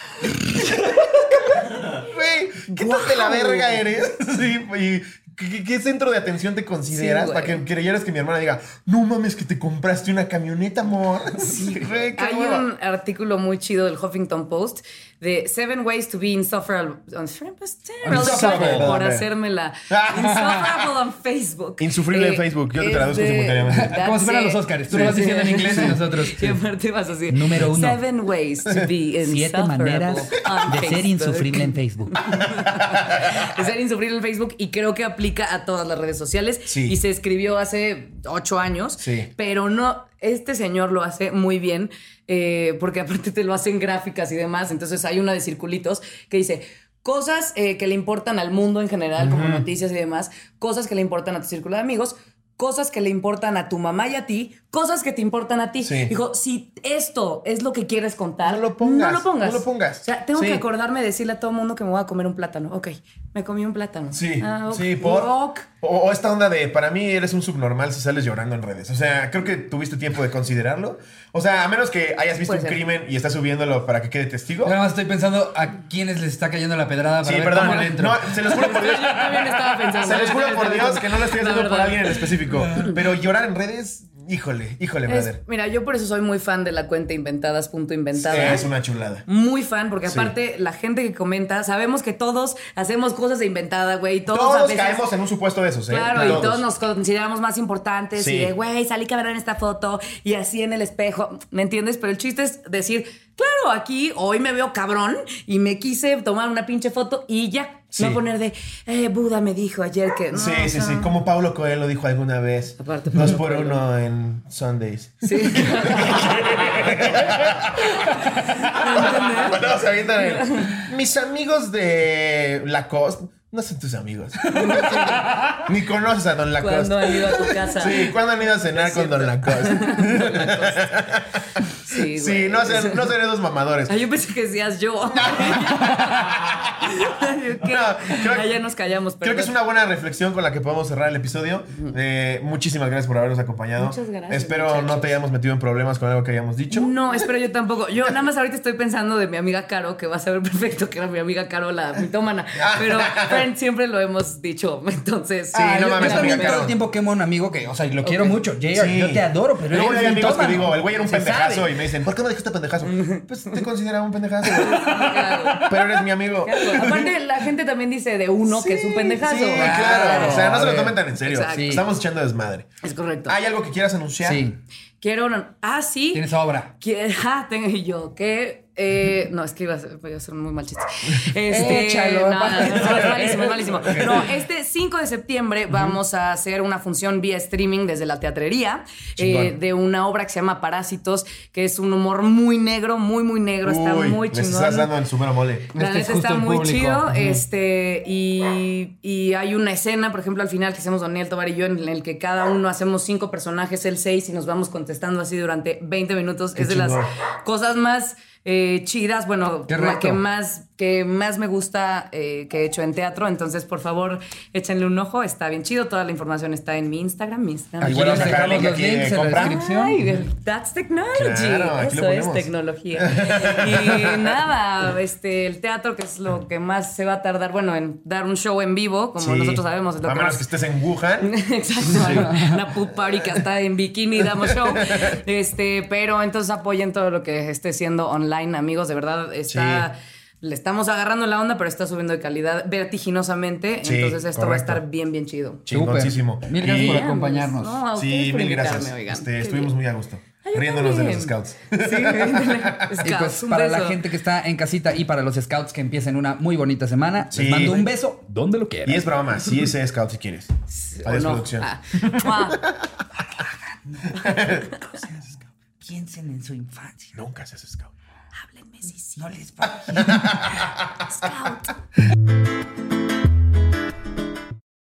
Güey, ¿qué tal de la verga eres? Sí, y ¿qué, qué centro de atención te consideras Sí, para güey. que creyeras que mi hermana diga, no mames, que te compraste una camioneta, amor? Sí, güey, qué Hay hueva. un artículo muy chido del Huffington Post de Seven Ways to be insufferable. Insufferable. Por hacérmela. Insufferable on Facebook. Insufrible en Facebook. Yo te traduzco simultáneamente. Como si fueran los Oscars. Tú lo vas diciendo en inglés y nosotros. Y aparte vas así. Número uno. Seven ways to be insufferable. Siete maneras on de ser Facebook. insufrible en Facebook. De ser insufrible en Facebook y creo que aplica a todas las redes sociales. Sí. Y se escribió hace ocho años. Sí. Pero no, este señor lo hace muy bien eh, porque aparte te lo hacen gráficas y demás. Entonces hay una de circulitos que dice cosas eh, que le importan al mundo en general, como noticias y demás, cosas que le importan a tu círculo de amigos, cosas que le importan a tu mamá y a ti, cosas que te importan a ti. Sí. Dijo, si esto es lo que quieres contar, No lo pongas, No lo pongas. no lo pongas. O sea, tengo Sí. que acordarme de decirle a todo el mundo que me voy a comer un plátano. Ok, me comí un plátano. Sí, Ah, ok. sí, por. Ok. O, o esta onda de, para mí eres un subnormal si sales llorando en redes. O sea, creo que tuviste tiempo de considerarlo. O sea, a menos que hayas visto Puede un ser. crimen y estás subiéndolo para que quede testigo. Yo nada más estoy pensando a quiénes les está cayendo la pedrada para Sí, ver perdón. cómo le entro. No, se los juro por Dios. Yo también estaba pensando. Se los juro por Dios que no lo estoy La haciendo por verdad. alguien en específico. Pero llorar en redes, híjole, híjole, Es- brother. mira, yo por eso soy muy fan de la cuenta inventadas punto inventada. Es una chulada. Muy fan, porque Sí. aparte la gente que comenta, sabemos que todos hacemos cosas de inventada, güey. Todos, Todos a veces, caemos en un supuesto de esos, ¿eh? Claro, y todos nos consideramos más importantes. Sí. Y de, güey, salí cabrón en esta foto y así en el espejo. ¿Me entiendes? Pero el chiste es decir, claro, aquí hoy me veo cabrón y me quise tomar una pinche foto y ya. Sí. No poner de, eh, Buda me dijo ayer que. No, Sí, o sí, sea, sí. Como Paulo Coelho dijo alguna vez. Aparte, Dos Paulo por Coelho. uno en Sundays. Sí. Bueno, se avientan el- Mis amigos de Lacoste no son tus amigos. Ni conoces a Don Lacoste. Cuando han ido a tu casa. Sí, ¿cuándo han ido a cenar Es con Don Lacoste? Sí, Sí, güey. no ser, no ser esos mamadores. Ah, yo pensé que decías yo. ¿Qué? No, creo- Ah, ya nos callamos. Creo que es una buena reflexión con la que podemos cerrar el episodio. Eh, muchísimas gracias por habernos acompañado. Muchas gracias, Espero muchachos. no te hayamos metido en problemas con algo que hayamos dicho. No, espero yo tampoco. Yo nada más ahorita estoy pensando de mi amiga Caro, que va a saber perfecto que era mi amiga Caro, la mitómana. Pero friend, siempre lo hemos dicho. Entonces, Sí, no yo, mames, yo también amiga todo Caro. el tiempo quemo a un amigo que, o sea, y lo quiero Ok. mucho. J R, Sí. yo te adoro, pero Luego eres hay amigos que mitómano. digo, el güey era un Se pendejazo sabe. y me dicen, ¿por qué me dijiste pendejazo? Pues te consideraba un pendejazo, güey. claro. Pero eres mi amigo. Claro. Aparte, la gente también dice de uno que es un pendejazo. Sí, claro. O sea, no se lo A ver. tomen tan en serio. Exacto. Sí. Estamos echando desmadre. Es correcto. ¿Hay algo que quieras anunciar? Sí, Quiero una. Ah, sí. tienes obra. Que- ah, tengo y yo que eh, no, es que iba a ser, iba a ser un muy mal chiste. Este, Échalo, no, no, no, pa- no, es malísimo, es malísimo. No, este cinco de septiembre vamos a hacer una función vía streaming desde la teatrería Chingón. eh, de una obra que se llama Parásitos, que es un humor muy negro, muy, muy negro. Está Uy, muy les chingón. estás dando el súper mole. La Este es neta justo está el muy público. chido. Ujú. Este, y, y hay una escena, por ejemplo, al final que hacemos Daniel Tobar y yo, en el que cada uno hacemos cinco personajes, él seis, y nos vamos contestando así durante veinte minutos. Qué es de las chingón. cosas más eh, chidas, bueno, Qué la reto. que más, que más me gusta eh, que he hecho en teatro. Entonces, por favor, échenle un ojo. Está bien chido. Toda la información está en mi Instagram. Mi Instagram. Aquí Igual les vamos a dejar el dejamos link los aquí de links en la compra. descripción. Ay, that's technology. Claro, aquí lo Eso es ponemos. tecnología. Y nada, este, el teatro, que es lo que más se va a tardar, bueno, en dar un show en vivo, como Sí. nosotros sabemos. Es lo A que menos más- que estés en Wuhan. Exacto, una pool party que hasta en bikini damos show. Este, pero entonces apoyen todo lo que esté siendo online, amigos. De verdad, está. Le estamos agarrando la onda, pero está subiendo de calidad vertiginosamente. Sí, entonces esto va a correcto. estar bien, bien chido. Chingoncísimo. Súper. Mil gracias Y- por acompañarnos. No, a Sí, ustedes por mil invitarme, gracias. oigan. Este, Qué estuvimos bien. muy a gusto. Ay, yo Riéndonos de los también. scouts. Sí, Y Scouts, pues un para la beso. gente que está en casita y para los scouts que empiecen una muy bonita semana, Sí. les mando un beso donde lo quieran. Y es broma, sí es scout si quieres. Adiós, ¿O no? producción. Ah. Mua. Piensen en su infancia. Nunca seas scout. Háblenme, sí, sí. No les va. Scout.